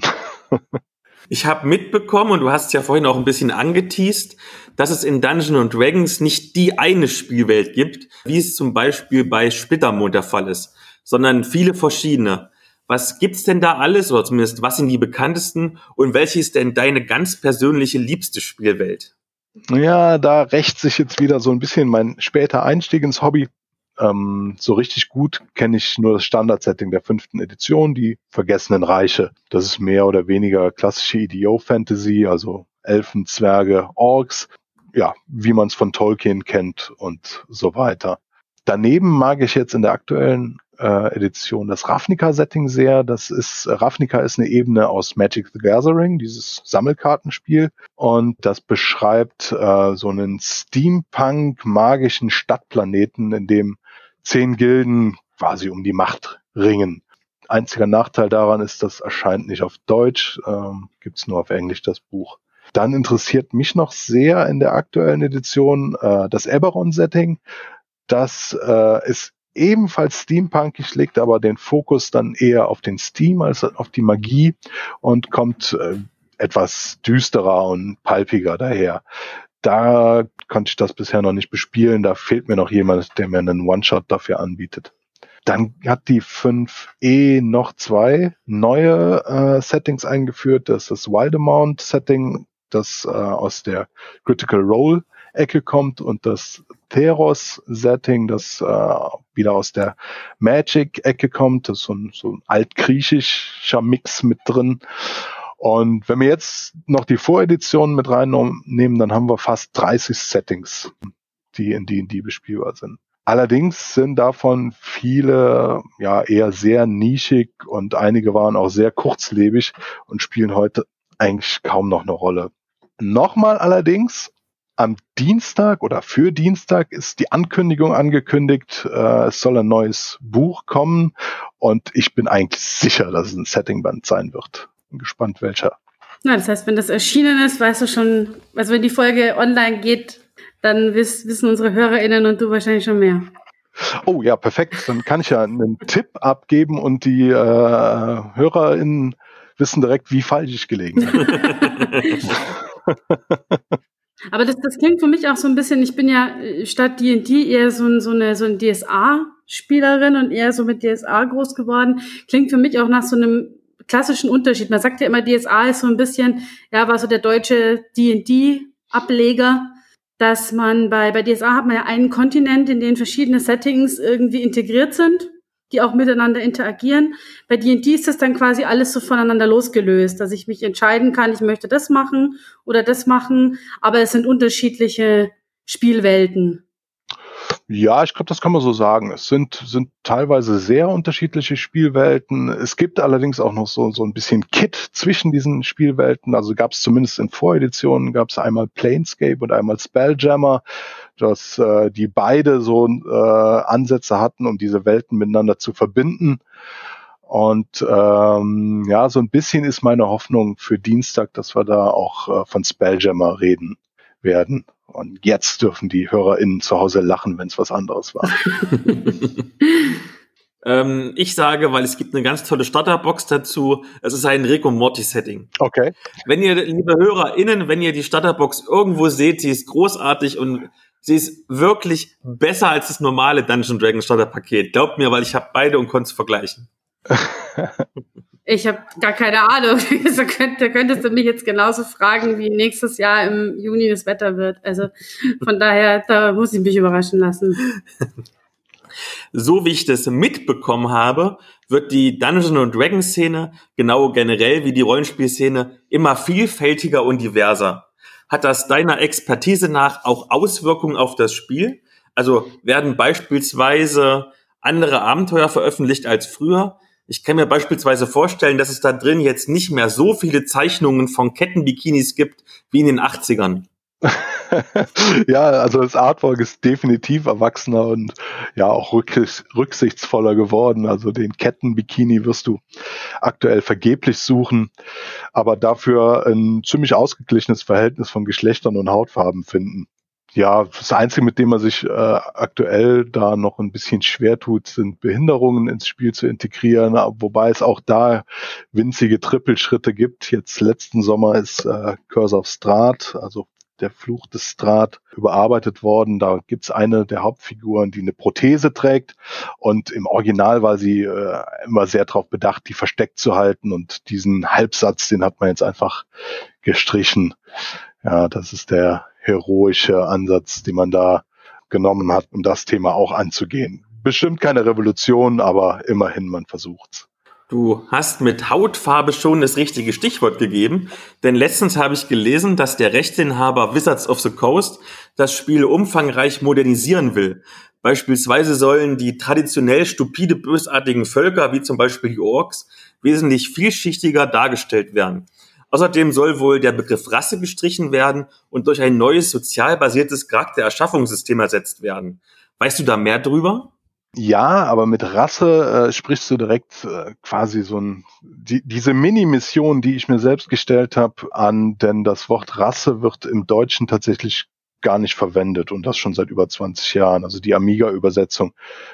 Ich habe mitbekommen, und du hast es ja vorhin auch ein bisschen angeteast, dass es in Dungeons & Dragons nicht die eine Spielwelt gibt, wie es zum Beispiel bei Splittermond der Fall ist, sondern viele verschiedene. Was gibt's denn da alles, oder zumindest was sind die bekanntesten, und welche ist denn deine ganz persönliche liebste Spielwelt? Ja, da rächt sich jetzt wieder so ein bisschen mein später Einstieg ins Hobby. So richtig gut kenne ich nur das Standard-Setting der 5. Edition, die Vergessenen Reiche. Das ist mehr oder weniger klassische EDO-Fantasy, also Elfen, Zwerge, Orks, ja, wie man es von Tolkien kennt und so weiter. Daneben mag ich jetzt in der aktuellen Edition das Ravnica-Setting sehr. Ravnica ist eine Ebene aus Magic the Gathering, dieses Sammelkartenspiel, und das beschreibt so einen Steampunk-magischen Stadtplaneten, in dem 10 Gilden quasi um die Macht ringen. Einziger Nachteil daran ist, das erscheint nicht auf Deutsch, gibt's nur auf Englisch das Buch. Dann interessiert mich noch sehr in der aktuellen Edition das Eberron-Setting. Das ist ebenfalls steampunkig, legt aber den Fokus dann eher auf den Steam als auf die Magie und kommt etwas düsterer und palpiger daher. Da konnte ich das bisher noch nicht bespielen. Da fehlt mir noch jemand, der mir einen One-Shot dafür anbietet. Dann hat die 5e noch 2 neue Settings eingeführt. Das ist das Wildemount-Setting, das aus der Critical Role Ecke kommt, und das Theros-Setting, das wieder aus der Magic-Ecke kommt. Das ist so ein altgriechischer Mix mit drin. Und wenn wir jetzt noch die Voreditionen mit reinnehmen, dann haben wir fast 30 Settings, die in D&D bespielbar sind. Allerdings sind davon viele ja eher sehr nischig und einige waren auch sehr kurzlebig und spielen heute eigentlich kaum noch eine Rolle. Nochmal allerdings, am Dienstag oder für Dienstag ist die Ankündigung angekündigt, es soll ein neues Buch kommen und ich bin eigentlich sicher, dass es ein Settingband sein wird. Bin gespannt, welcher. Na, das heißt, wenn das erschienen ist, weißt du schon, also wenn die Folge online geht, dann wissen unsere HörerInnen und du wahrscheinlich schon mehr. Oh ja, perfekt. Dann kann ich ja einen Tipp abgeben und die HörerInnen wissen direkt, wie falsch ich gelegen habe. Aber das klingt für mich auch so ein bisschen, ich bin ja statt D&D eher so eine DSA-Spielerin und eher so mit DSA groß geworden. Klingt für mich auch nach so einem klassischen Unterschied. Man sagt ja immer, DSA ist so ein bisschen, ja, war so der deutsche D&D-Ableger, dass man bei DSA hat man ja einen Kontinent, in dem verschiedene Settings irgendwie integriert sind, die auch miteinander interagieren. Bei D&D ist das dann quasi alles so voneinander losgelöst, dass ich mich entscheiden kann, ich möchte das machen oder das machen, aber es sind unterschiedliche Spielwelten. Ja, ich glaube, das kann man so sagen. Es sind teilweise sehr unterschiedliche Spielwelten. Es gibt allerdings auch noch so ein bisschen Kit zwischen diesen Spielwelten. Also gab es zumindest in Voreditionen, gab es einmal Planescape und einmal Spelljammer, dass die beide so Ansätze hatten, um diese Welten miteinander zu verbinden. Und ja, so ein bisschen ist meine Hoffnung für Dienstag, dass wir da auch von Spelljammer reden werden. Und jetzt dürfen die HörerInnen zu Hause lachen, wenn es was anderes war. Ich sage, weil es gibt eine ganz tolle Starterbox dazu, es ist ein Rick und Morty Setting. Okay. Wenn ihr, liebe HörerInnen, wenn ihr die Starterbox irgendwo seht, sie ist großartig und sie ist wirklich besser als das normale Dungeons & Dragons Starterpaket. Glaubt mir, weil ich habe beide und konnte es vergleichen. Ich habe gar keine Ahnung. Da könntest du mich jetzt genauso fragen, wie nächstes Jahr im Juni das Wetter wird. Also von daher, da muss ich mich überraschen lassen. So wie ich das mitbekommen habe, wird die Dungeons & Dragons Szene, genau generell wie die Rollenspielszene, immer vielfältiger und diverser. Hat das deiner Expertise nach auch Auswirkungen auf das Spiel? Also werden beispielsweise andere Abenteuer veröffentlicht als früher? Ich kann mir beispielsweise vorstellen, dass es da drin jetzt nicht mehr so viele Zeichnungen von Kettenbikinis gibt wie in den 80ern. Ja, also das Artwork ist definitiv erwachsener und ja auch rücksichtsvoller geworden. Also den Kettenbikini wirst du aktuell vergeblich suchen, aber dafür ein ziemlich ausgeglichenes Verhältnis von Geschlechtern und Hautfarben finden. Ja, das Einzige, mit dem man sich aktuell da noch ein bisschen schwer tut, sind Behinderungen ins Spiel zu integrieren, wobei es auch da winzige Trippelschritte gibt. Jetzt letzten Sommer ist Curse of Strahd, also der Fluch des Strahd, überarbeitet worden. Da gibt's eine der Hauptfiguren, die eine Prothese trägt und im Original war sie immer sehr darauf bedacht, die versteckt zu halten und diesen Halbsatz, den hat man jetzt einfach gestrichen. Ja, das ist der heroische Ansatz, den man da genommen hat, um das Thema auch anzugehen. Bestimmt keine Revolution, aber immerhin, man versucht's. Du hast mit Hautfarbe schon das richtige Stichwort gegeben, denn letztens habe ich gelesen, dass der Rechteinhaber Wizards of the Coast das Spiel umfangreich modernisieren will. Beispielsweise sollen die traditionell stupide bösartigen Völker, wie zum Beispiel die Orks, wesentlich vielschichtiger dargestellt werden. Außerdem soll wohl der Begriff Rasse gestrichen werden und durch ein neues sozial basiertes Charaktererschaffungssystem ersetzt werden. Weißt du da mehr drüber? Ja, aber mit Rasse sprichst du direkt quasi diese Mini-Mission, die ich mir selbst gestellt habe, an, denn das Wort Rasse wird im Deutschen tatsächlich gar nicht verwendet und das schon seit über 20 Jahren. Also die Amigo-Übersetzung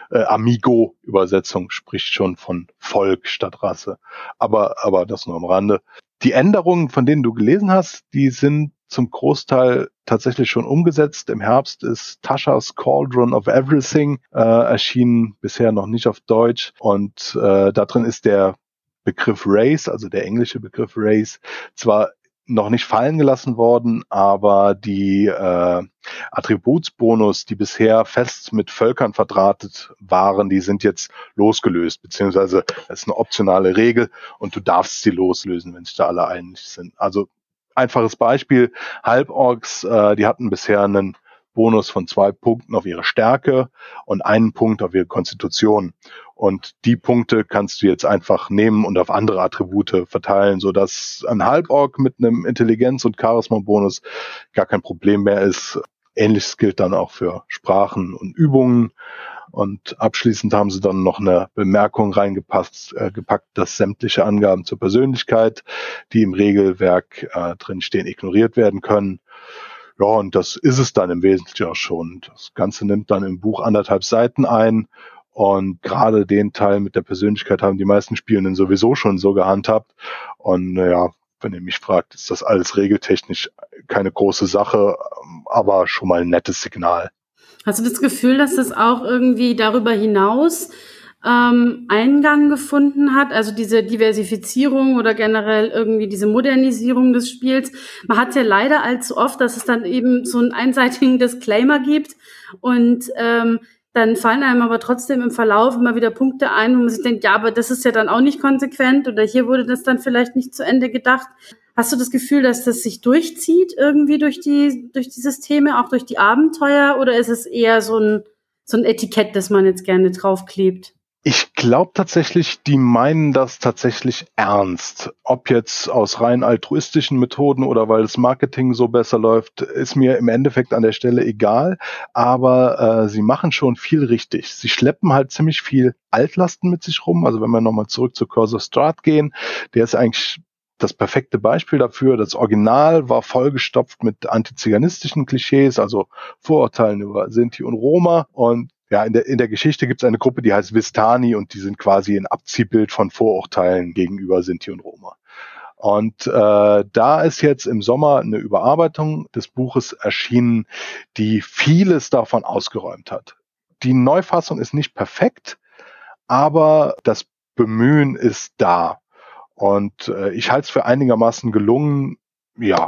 spricht schon von Volk statt Rasse. Aber das nur am Rande. Die Änderungen, von denen du gelesen hast, die sind zum Großteil tatsächlich schon umgesetzt. Im Herbst ist Tasha's Cauldron of Everything erschienen, bisher noch nicht auf Deutsch. Und da drin ist der Begriff Race, also der englische Begriff Race, zwar noch nicht fallen gelassen worden, aber die Attributsbonus, die bisher fest mit Völkern verdrahtet waren, die sind jetzt losgelöst, beziehungsweise das ist eine optionale Regel und du darfst sie loslösen, wenn sich da alle einig sind. Also einfaches Beispiel, Halborgs, die hatten bisher einen Bonus von 2 Punkten auf ihre Stärke und 1 Punkt auf ihre Konstitution. Und die Punkte kannst du jetzt einfach nehmen und auf andere Attribute verteilen, sodass ein Halborg mit einem Intelligenz- und Charisma-Bonus gar kein Problem mehr ist. Ähnliches gilt dann auch für Sprachen und Übungen. Und abschließend haben sie dann noch eine Bemerkung gepackt, dass sämtliche Angaben zur Persönlichkeit, die im Regelwerk drinstehen, ignoriert werden können. Ja, und das ist es dann im Wesentlichen auch schon. Das Ganze nimmt dann im Buch 1,5 Seiten ein. Und gerade den Teil mit der Persönlichkeit haben die meisten Spielenden sowieso schon so gehandhabt. Und naja, wenn ihr mich fragt, ist das alles regeltechnisch keine große Sache, aber schon mal ein nettes Signal. Hast du das Gefühl, dass das auch irgendwie darüber hinaus Eingang gefunden hat, also diese Diversifizierung oder generell irgendwie diese Modernisierung des Spiels? Man hat ja leider allzu oft, dass es dann eben so einen einseitigen Disclaimer gibt und dann fallen einem aber trotzdem im Verlauf immer wieder Punkte ein, wo man sich denkt, ja, aber das ist ja dann auch nicht konsequent oder hier wurde das dann vielleicht nicht zu Ende gedacht. Hast du das Gefühl, dass das sich durchzieht irgendwie durch die Systeme, auch durch die Abenteuer, oder ist es eher so ein Etikett, das man jetzt gerne draufklebt? Ich glaube tatsächlich, die meinen das tatsächlich ernst. Ob jetzt aus rein altruistischen Methoden oder weil das Marketing so besser läuft, ist mir im Endeffekt an der Stelle egal. Aber sie machen schon viel richtig. Sie schleppen halt ziemlich viel Altlasten mit sich rum. Also wenn wir nochmal zurück zu Curse of Strahd gehen, der ist eigentlich das perfekte Beispiel dafür. Das Original war vollgestopft mit antiziganistischen Klischees, also Vorurteilen über Sinti und Roma. Und ja, in der Geschichte gibt es eine Gruppe, die heißt Vistani und die sind quasi ein Abziehbild von Vorurteilen gegenüber Sinti und Roma. Und da ist jetzt im Sommer eine Überarbeitung des Buches erschienen, die vieles davon ausgeräumt hat. Die Neufassung ist nicht perfekt, aber das Bemühen ist da. Und ich halte es für einigermaßen gelungen, ja.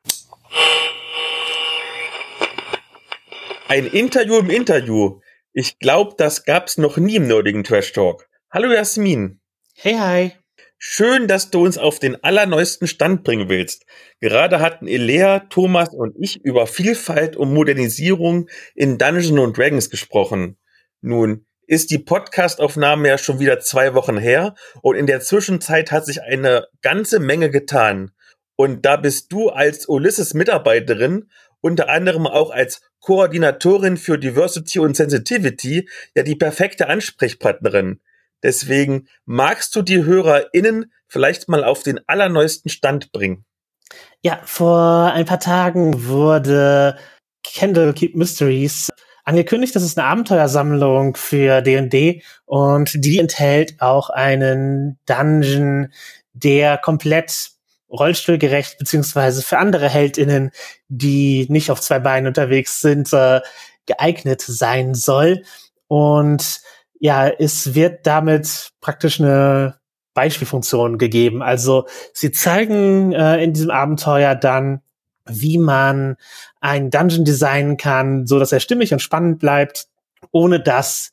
Ein Interview im Interview. Ich glaube, das gab's noch nie im nerdigen Trash Talk. Hallo Jasmin. Hey, hi. Schön, dass du uns auf den allerneuesten Stand bringen willst. Gerade hatten Elea, Thomas und ich über Vielfalt und Modernisierung in Dungeons & Dragons gesprochen. Nun ist die Podcast-Aufnahme ja schon wieder 2 Wochen her und in der Zwischenzeit hat sich eine ganze Menge getan. Und da bist du als Ulysses-Mitarbeiterin, unter anderem auch als Koordinatorin für Diversity und Sensitivity, ja die perfekte Ansprechpartnerin. Deswegen magst du die HörerInnen vielleicht mal auf den allerneuesten Stand bringen? Ja, vor ein paar Tagen wurde Candlekeep Mysteries angekündigt. Das ist eine Abenteuersammlung für D&D und die enthält auch einen Dungeon, der komplett rollstuhlgerecht beziehungsweise für andere HeldInnen, die nicht auf 2 Beinen unterwegs sind, geeignet sein soll. Und ja, es wird damit praktisch eine Beispielfunktion gegeben. Also sie zeigen in diesem Abenteuer dann, wie man einen Dungeon designen kann, so dass er stimmig und spannend bleibt, ohne dass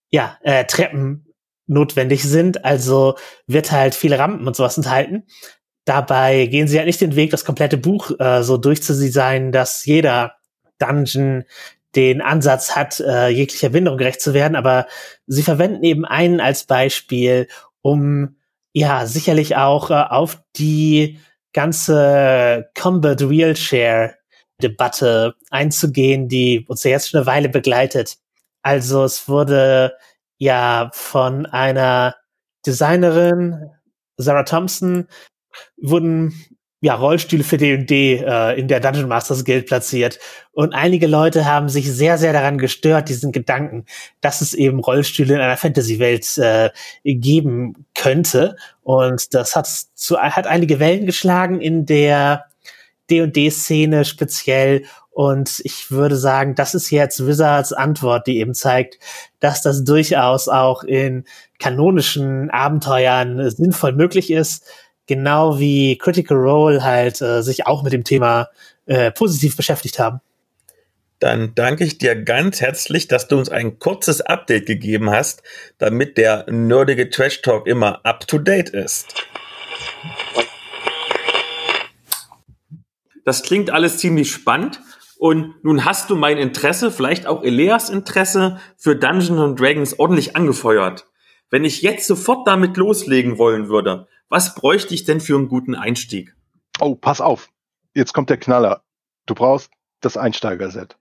Treppen notwendig sind. Also wird halt viele Rampen und sowas enthalten. Dabei gehen sie halt nicht den Weg, das komplette Buch so durchzudesignen, dass jeder Dungeon den Ansatz hat, jeglicher Behinderung gerecht zu werden, aber sie verwenden eben einen als Beispiel, um ja sicherlich auch auf die ganze Combat Wheelchair Debatte einzugehen, die uns ja jetzt schon eine Weile begleitet. Also es wurde ja von einer Designerin, Sarah Thompson, wurden ja Rollstühle für D&D in der Dungeon Masters Guild platziert. Und einige Leute haben sich sehr, sehr daran gestört, diesen Gedanken, dass es eben Rollstühle in einer Fantasy-Welt geben könnte. Und das hat einige Wellen geschlagen in der D&D-Szene speziell. Und ich würde sagen, das ist jetzt Wizards Antwort, die eben zeigt, dass das durchaus auch in kanonischen Abenteuern sinnvoll möglich ist. genau wie Critical Role halt sich auch mit dem Thema positiv beschäftigt haben. Dann danke ich dir ganz herzlich, dass du uns ein kurzes Update gegeben hast, damit der nerdige Trash Talk immer up to date ist. Das klingt alles ziemlich spannend und nun hast du mein Interesse, vielleicht auch Eleas Interesse für Dungeons & Dragons ordentlich angefeuert. Wenn ich jetzt sofort damit loslegen wollen würde, was bräuchte ich denn für einen guten Einstieg? Oh, pass auf. Jetzt kommt der Knaller. Du brauchst das Einsteigerset.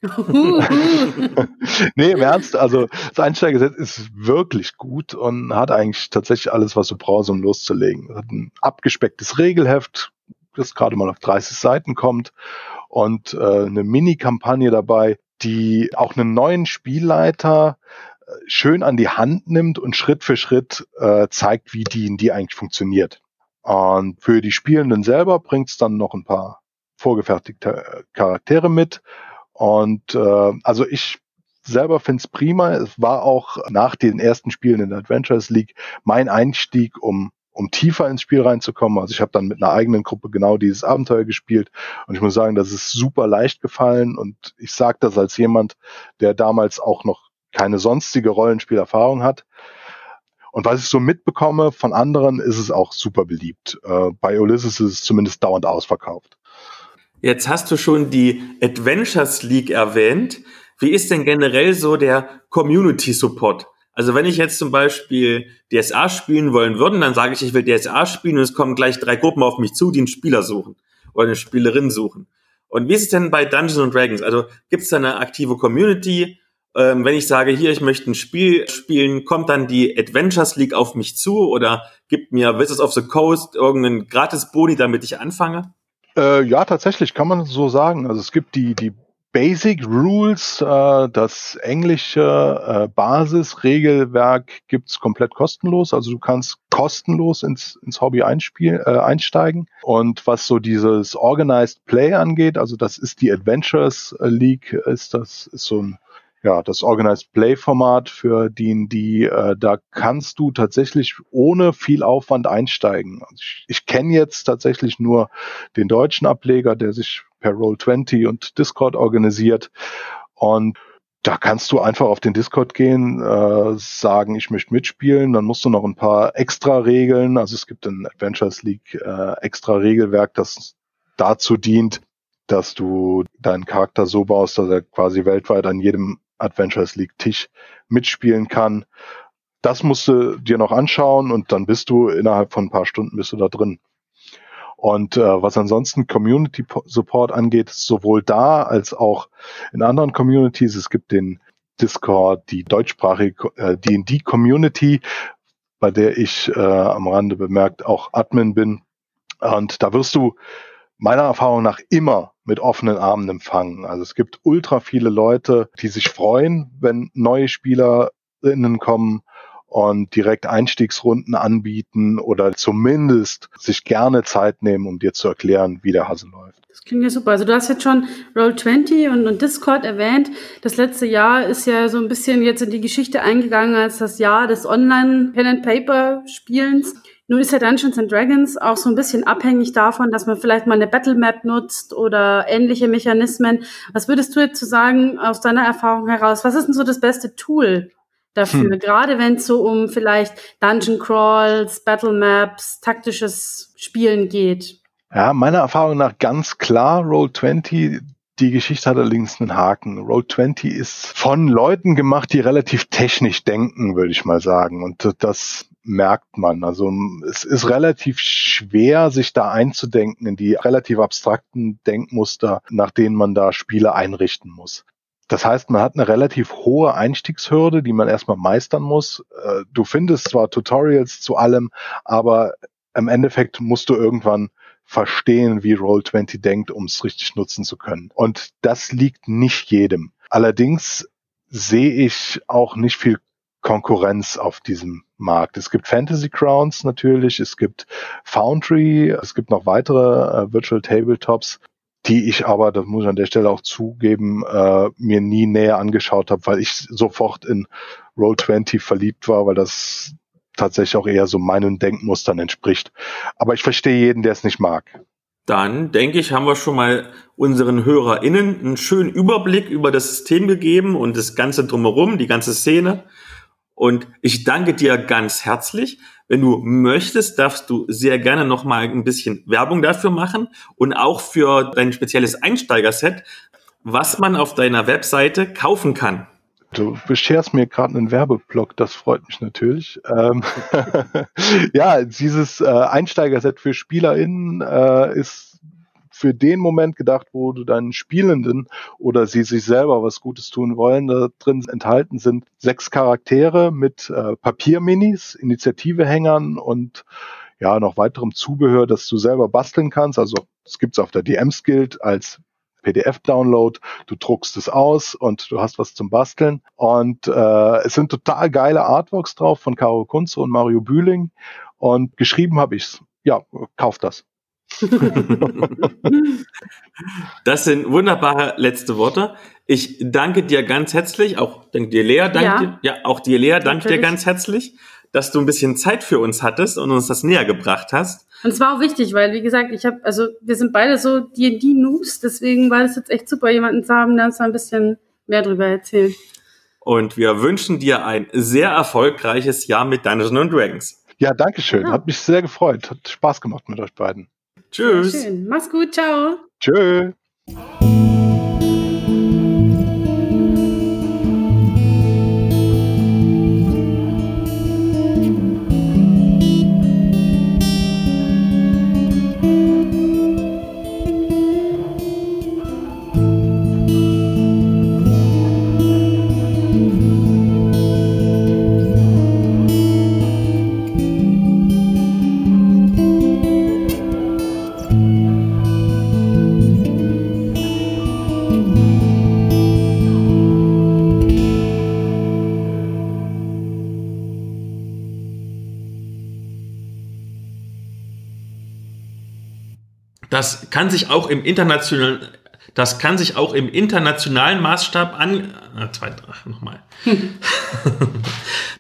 Nee, im Ernst, also das Einsteigerset ist wirklich gut und hat eigentlich tatsächlich alles, was du brauchst, um loszulegen. Es hat ein abgespecktes Regelheft, das gerade mal auf 30 Seiten kommt und eine Mini-Kampagne dabei, die auch einen neuen Spielleiter schön an die Hand nimmt und Schritt für Schritt zeigt, wie die eigentlich funktioniert. Und für die Spielenden selber bringt es dann noch ein paar vorgefertigte Charaktere mit. Und also ich selber finde es prima. Es war auch nach den ersten Spielen in der Adventures League mein Einstieg, um tiefer ins Spiel reinzukommen. Also ich habe dann mit einer eigenen Gruppe genau dieses Abenteuer gespielt und ich muss sagen, das ist super leicht gefallen und ich sage das als jemand, der damals auch noch keine sonstige Rollenspielerfahrung hat. Und was ich so mitbekomme von anderen, ist es auch super beliebt. Bei Ulysses ist es zumindest dauernd ausverkauft. Jetzt hast du schon die Adventures League erwähnt. Wie ist denn generell so der Community Support? Also wenn ich jetzt zum Beispiel DSA spielen wollen würde, dann sage ich will DSA spielen und es kommen gleich 3 Gruppen auf mich zu, die einen Spieler suchen oder eine Spielerin suchen. Und wie ist es denn bei Dungeons & Dragons? Also gibt es da eine aktive Community? Wenn ich sage, hier, ich möchte ein Spiel spielen, kommt dann die Adventures League auf mich zu oder gibt mir Wizards of the Coast irgendeinen Gratis-Boni, damit ich anfange? Ja, tatsächlich kann man so sagen. Also es gibt die Basic Rules, das englische Basisregelwerk gibt's komplett kostenlos. Also du kannst kostenlos ins Hobby einsteigen. Und was so dieses Organized Play angeht, also das ist die Adventures League, ist so ein das Organized Play Format für D&D, da kannst du tatsächlich ohne viel Aufwand einsteigen. Also ich kenne jetzt tatsächlich nur den deutschen Ableger, der sich per Roll20 und Discord organisiert. Und da kannst du einfach auf den Discord gehen, sagen, ich möchte mitspielen. Dann musst du noch ein paar extra Regeln. Also es gibt ein Adventures League extra Regelwerk, das dazu dient, dass du deinen Charakter so baust, dass er quasi weltweit an jedem Adventures League Tisch mitspielen kann. Das musst du dir noch anschauen und dann bist du innerhalb von ein paar Stunden bist du da drin. Und was ansonsten Community Support angeht, sowohl da als auch in anderen Communities. Es gibt den Discord, die deutschsprachige D&D Community, bei der ich am Rande bemerkt auch Admin bin. Und da wirst du meiner Erfahrung nach immer mit offenen Armen empfangen. Also es gibt ultra viele Leute, die sich freuen, wenn neue SpielerInnen kommen und direkt Einstiegsrunden anbieten oder zumindest sich gerne Zeit nehmen, um dir zu erklären, wie der Hase läuft. Das klingt ja super. Also du hast jetzt schon Roll20 und Discord erwähnt. Das letzte Jahr ist ja so ein bisschen jetzt in die Geschichte eingegangen als das Jahr des Online-Pen-and-Paper-Spielens. Nun ist ja Dungeons & Dragons auch so ein bisschen abhängig davon, dass man vielleicht mal eine Battlemap nutzt oder ähnliche Mechanismen. Was würdest du jetzt zu sagen aus deiner Erfahrung heraus? Was ist denn so das beste Tool dafür? Gerade wenn es so um vielleicht Dungeon Crawls, Battlemaps, taktisches Spielen geht. Ja, meiner Erfahrung nach ganz klar Roll20. Die Geschichte hat allerdings einen Haken. Roll20 ist von Leuten gemacht, die relativ technisch denken, würde ich mal sagen. Und das merkt man. Also es ist relativ schwer, sich da einzudenken in die relativ abstrakten Denkmuster, nach denen man da Spiele einrichten muss. Das heißt, man hat eine relativ hohe Einstiegshürde, die man erstmal meistern muss. Du findest zwar Tutorials zu allem, aber im Endeffekt musst du irgendwann verstehen, wie Roll20 denkt, um es richtig nutzen zu können. Und das liegt nicht jedem. Allerdings sehe ich auch nicht viel Konkurrenz auf diesem Markt. Es gibt Fantasy Grounds natürlich, es gibt Foundry, es gibt noch weitere Virtual Tabletops, die ich aber, das muss ich an der Stelle auch zugeben, mir nie näher angeschaut habe, weil ich sofort in Roll20 verliebt war, weil das tatsächlich auch eher so meinen Denkmustern entspricht. Aber ich verstehe jeden, der es nicht mag. Dann, denke ich, haben wir schon mal unseren HörerInnen einen schönen Überblick über das System gegeben und das Ganze drumherum, die ganze Szene. Und ich danke dir ganz herzlich. Wenn du möchtest, darfst du sehr gerne noch mal ein bisschen Werbung dafür machen und auch für dein spezielles Einsteigerset, was man auf deiner Webseite kaufen kann. Du bescherst mir gerade einen Werbeblock, das freut mich natürlich. Ja, dieses Einsteigerset für SpielerInnen ist für den Moment gedacht, wo du deinen Spielenden oder sie sich selber was Gutes tun wollen. Da drin enthalten sind 6 Charaktere mit Papierminis, Initiativehängern und ja noch weiterem Zubehör, das du selber basteln kannst. Also es gibt's auf der DMs Guild als PDF-Download, du druckst es aus und du hast was zum Basteln. Und es sind total geile Artworks drauf von Caro Kunze und Mario Bühling. Und geschrieben habe ich's. Ja, kauft das. Das sind wunderbare letzte Worte. Ich danke dir ganz herzlich, auch danke dir, Lea, danke dir ganz herzlich, dass du ein bisschen Zeit für uns hattest und uns das näher gebracht hast. Und es war auch wichtig, weil, wie gesagt, wir sind beide so D&D-Noobs, deswegen war das jetzt echt super, jemanden zu haben, der uns da ein bisschen mehr drüber erzählt. Und wir wünschen dir ein sehr erfolgreiches Jahr mit Dungeons & Dragons. Ja, danke schön. Hat mich sehr gefreut. Hat Spaß gemacht mit euch beiden. Tschüss. Schön. Mach's gut. Ciao. Tschö. Das kann sich auch im internationalen Maßstab nochmal.